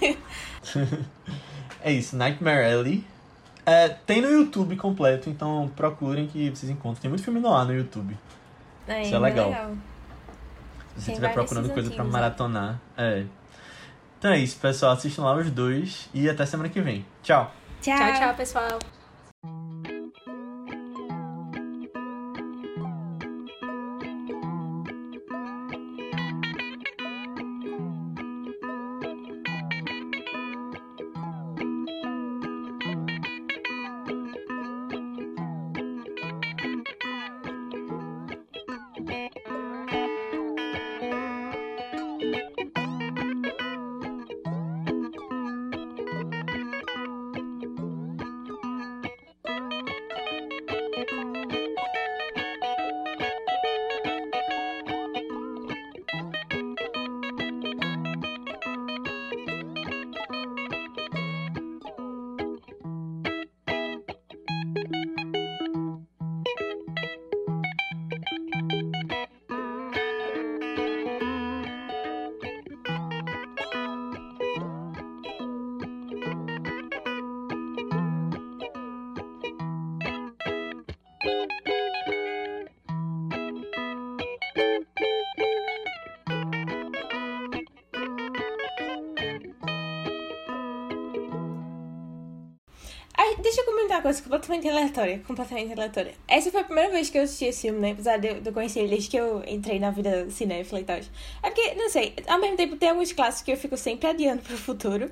É isso, Nightmare Alley. É, tem no YouTube completo, então procurem que vocês encontram. Tem muito filme no ar no YouTube. É, Isso é bem legal. Se você Tem estiver vários procurando coisa pra antigos, maratonar. É. Então é isso, pessoal. Assistam lá os dois e até semana que vem. Tchau! Tchau, Tchau, tchau, pessoal. Ai, deixa eu comentar uma coisa completamente aleatória, completamente aleatória. Essa foi a primeira vez que eu assisti esse filme, né? Apesar de eu, de eu conhecer ele desde que eu entrei na vida cinéfila e tal. É porque, não sei, ao mesmo tempo tem alguns clássicos que eu fico sempre adiando pro futuro.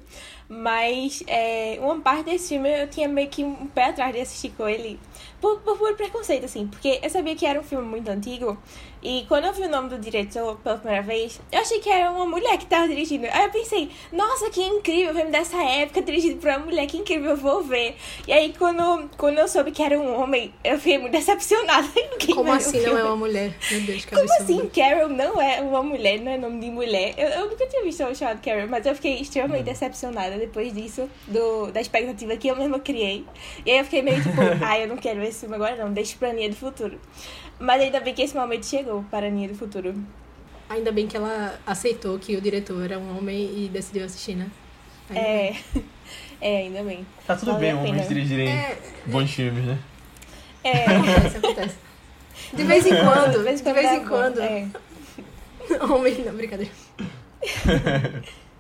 Mas é, uma parte desse filme eu tinha meio que um pé atrás de assistir com ele. Por, por, por preconceito, assim. Porque eu sabia que era um filme muito antigo. E quando eu vi o nome do diretor pela primeira vez, eu achei que era uma mulher que tava dirigindo. Aí eu pensei, nossa, que incrível, o filme dessa época dirigido por uma mulher, que incrível, eu vou ver. E aí quando, quando eu soube que era um homem, eu fiquei muito decepcionada. Como assim não é uma mulher? Meu Deus, que Como absurdo. assim Carol não é uma mulher, não é nome de mulher? Eu, eu nunca tinha visto um chamado Carol, mas eu fiquei extremamente decepcionada depois disso, do, da expectativa que eu mesma criei. E aí eu fiquei meio tipo, ah, eu não quero esse filme agora não, deixa pra Aninha do Futuro. Mas ainda bem que esse momento chegou para a Aninha do Futuro. Ainda bem que ela aceitou que o diretor era um homem e decidiu assistir, né? Ainda É, bem. é, ainda bem. Tá tudo Vale bem a homens pena. dirigirem É, bons filmes, né? É, acontece, acontece. De vez em quando, de vez em de vez é em bom, quando. é. Homem, não, brincadeira.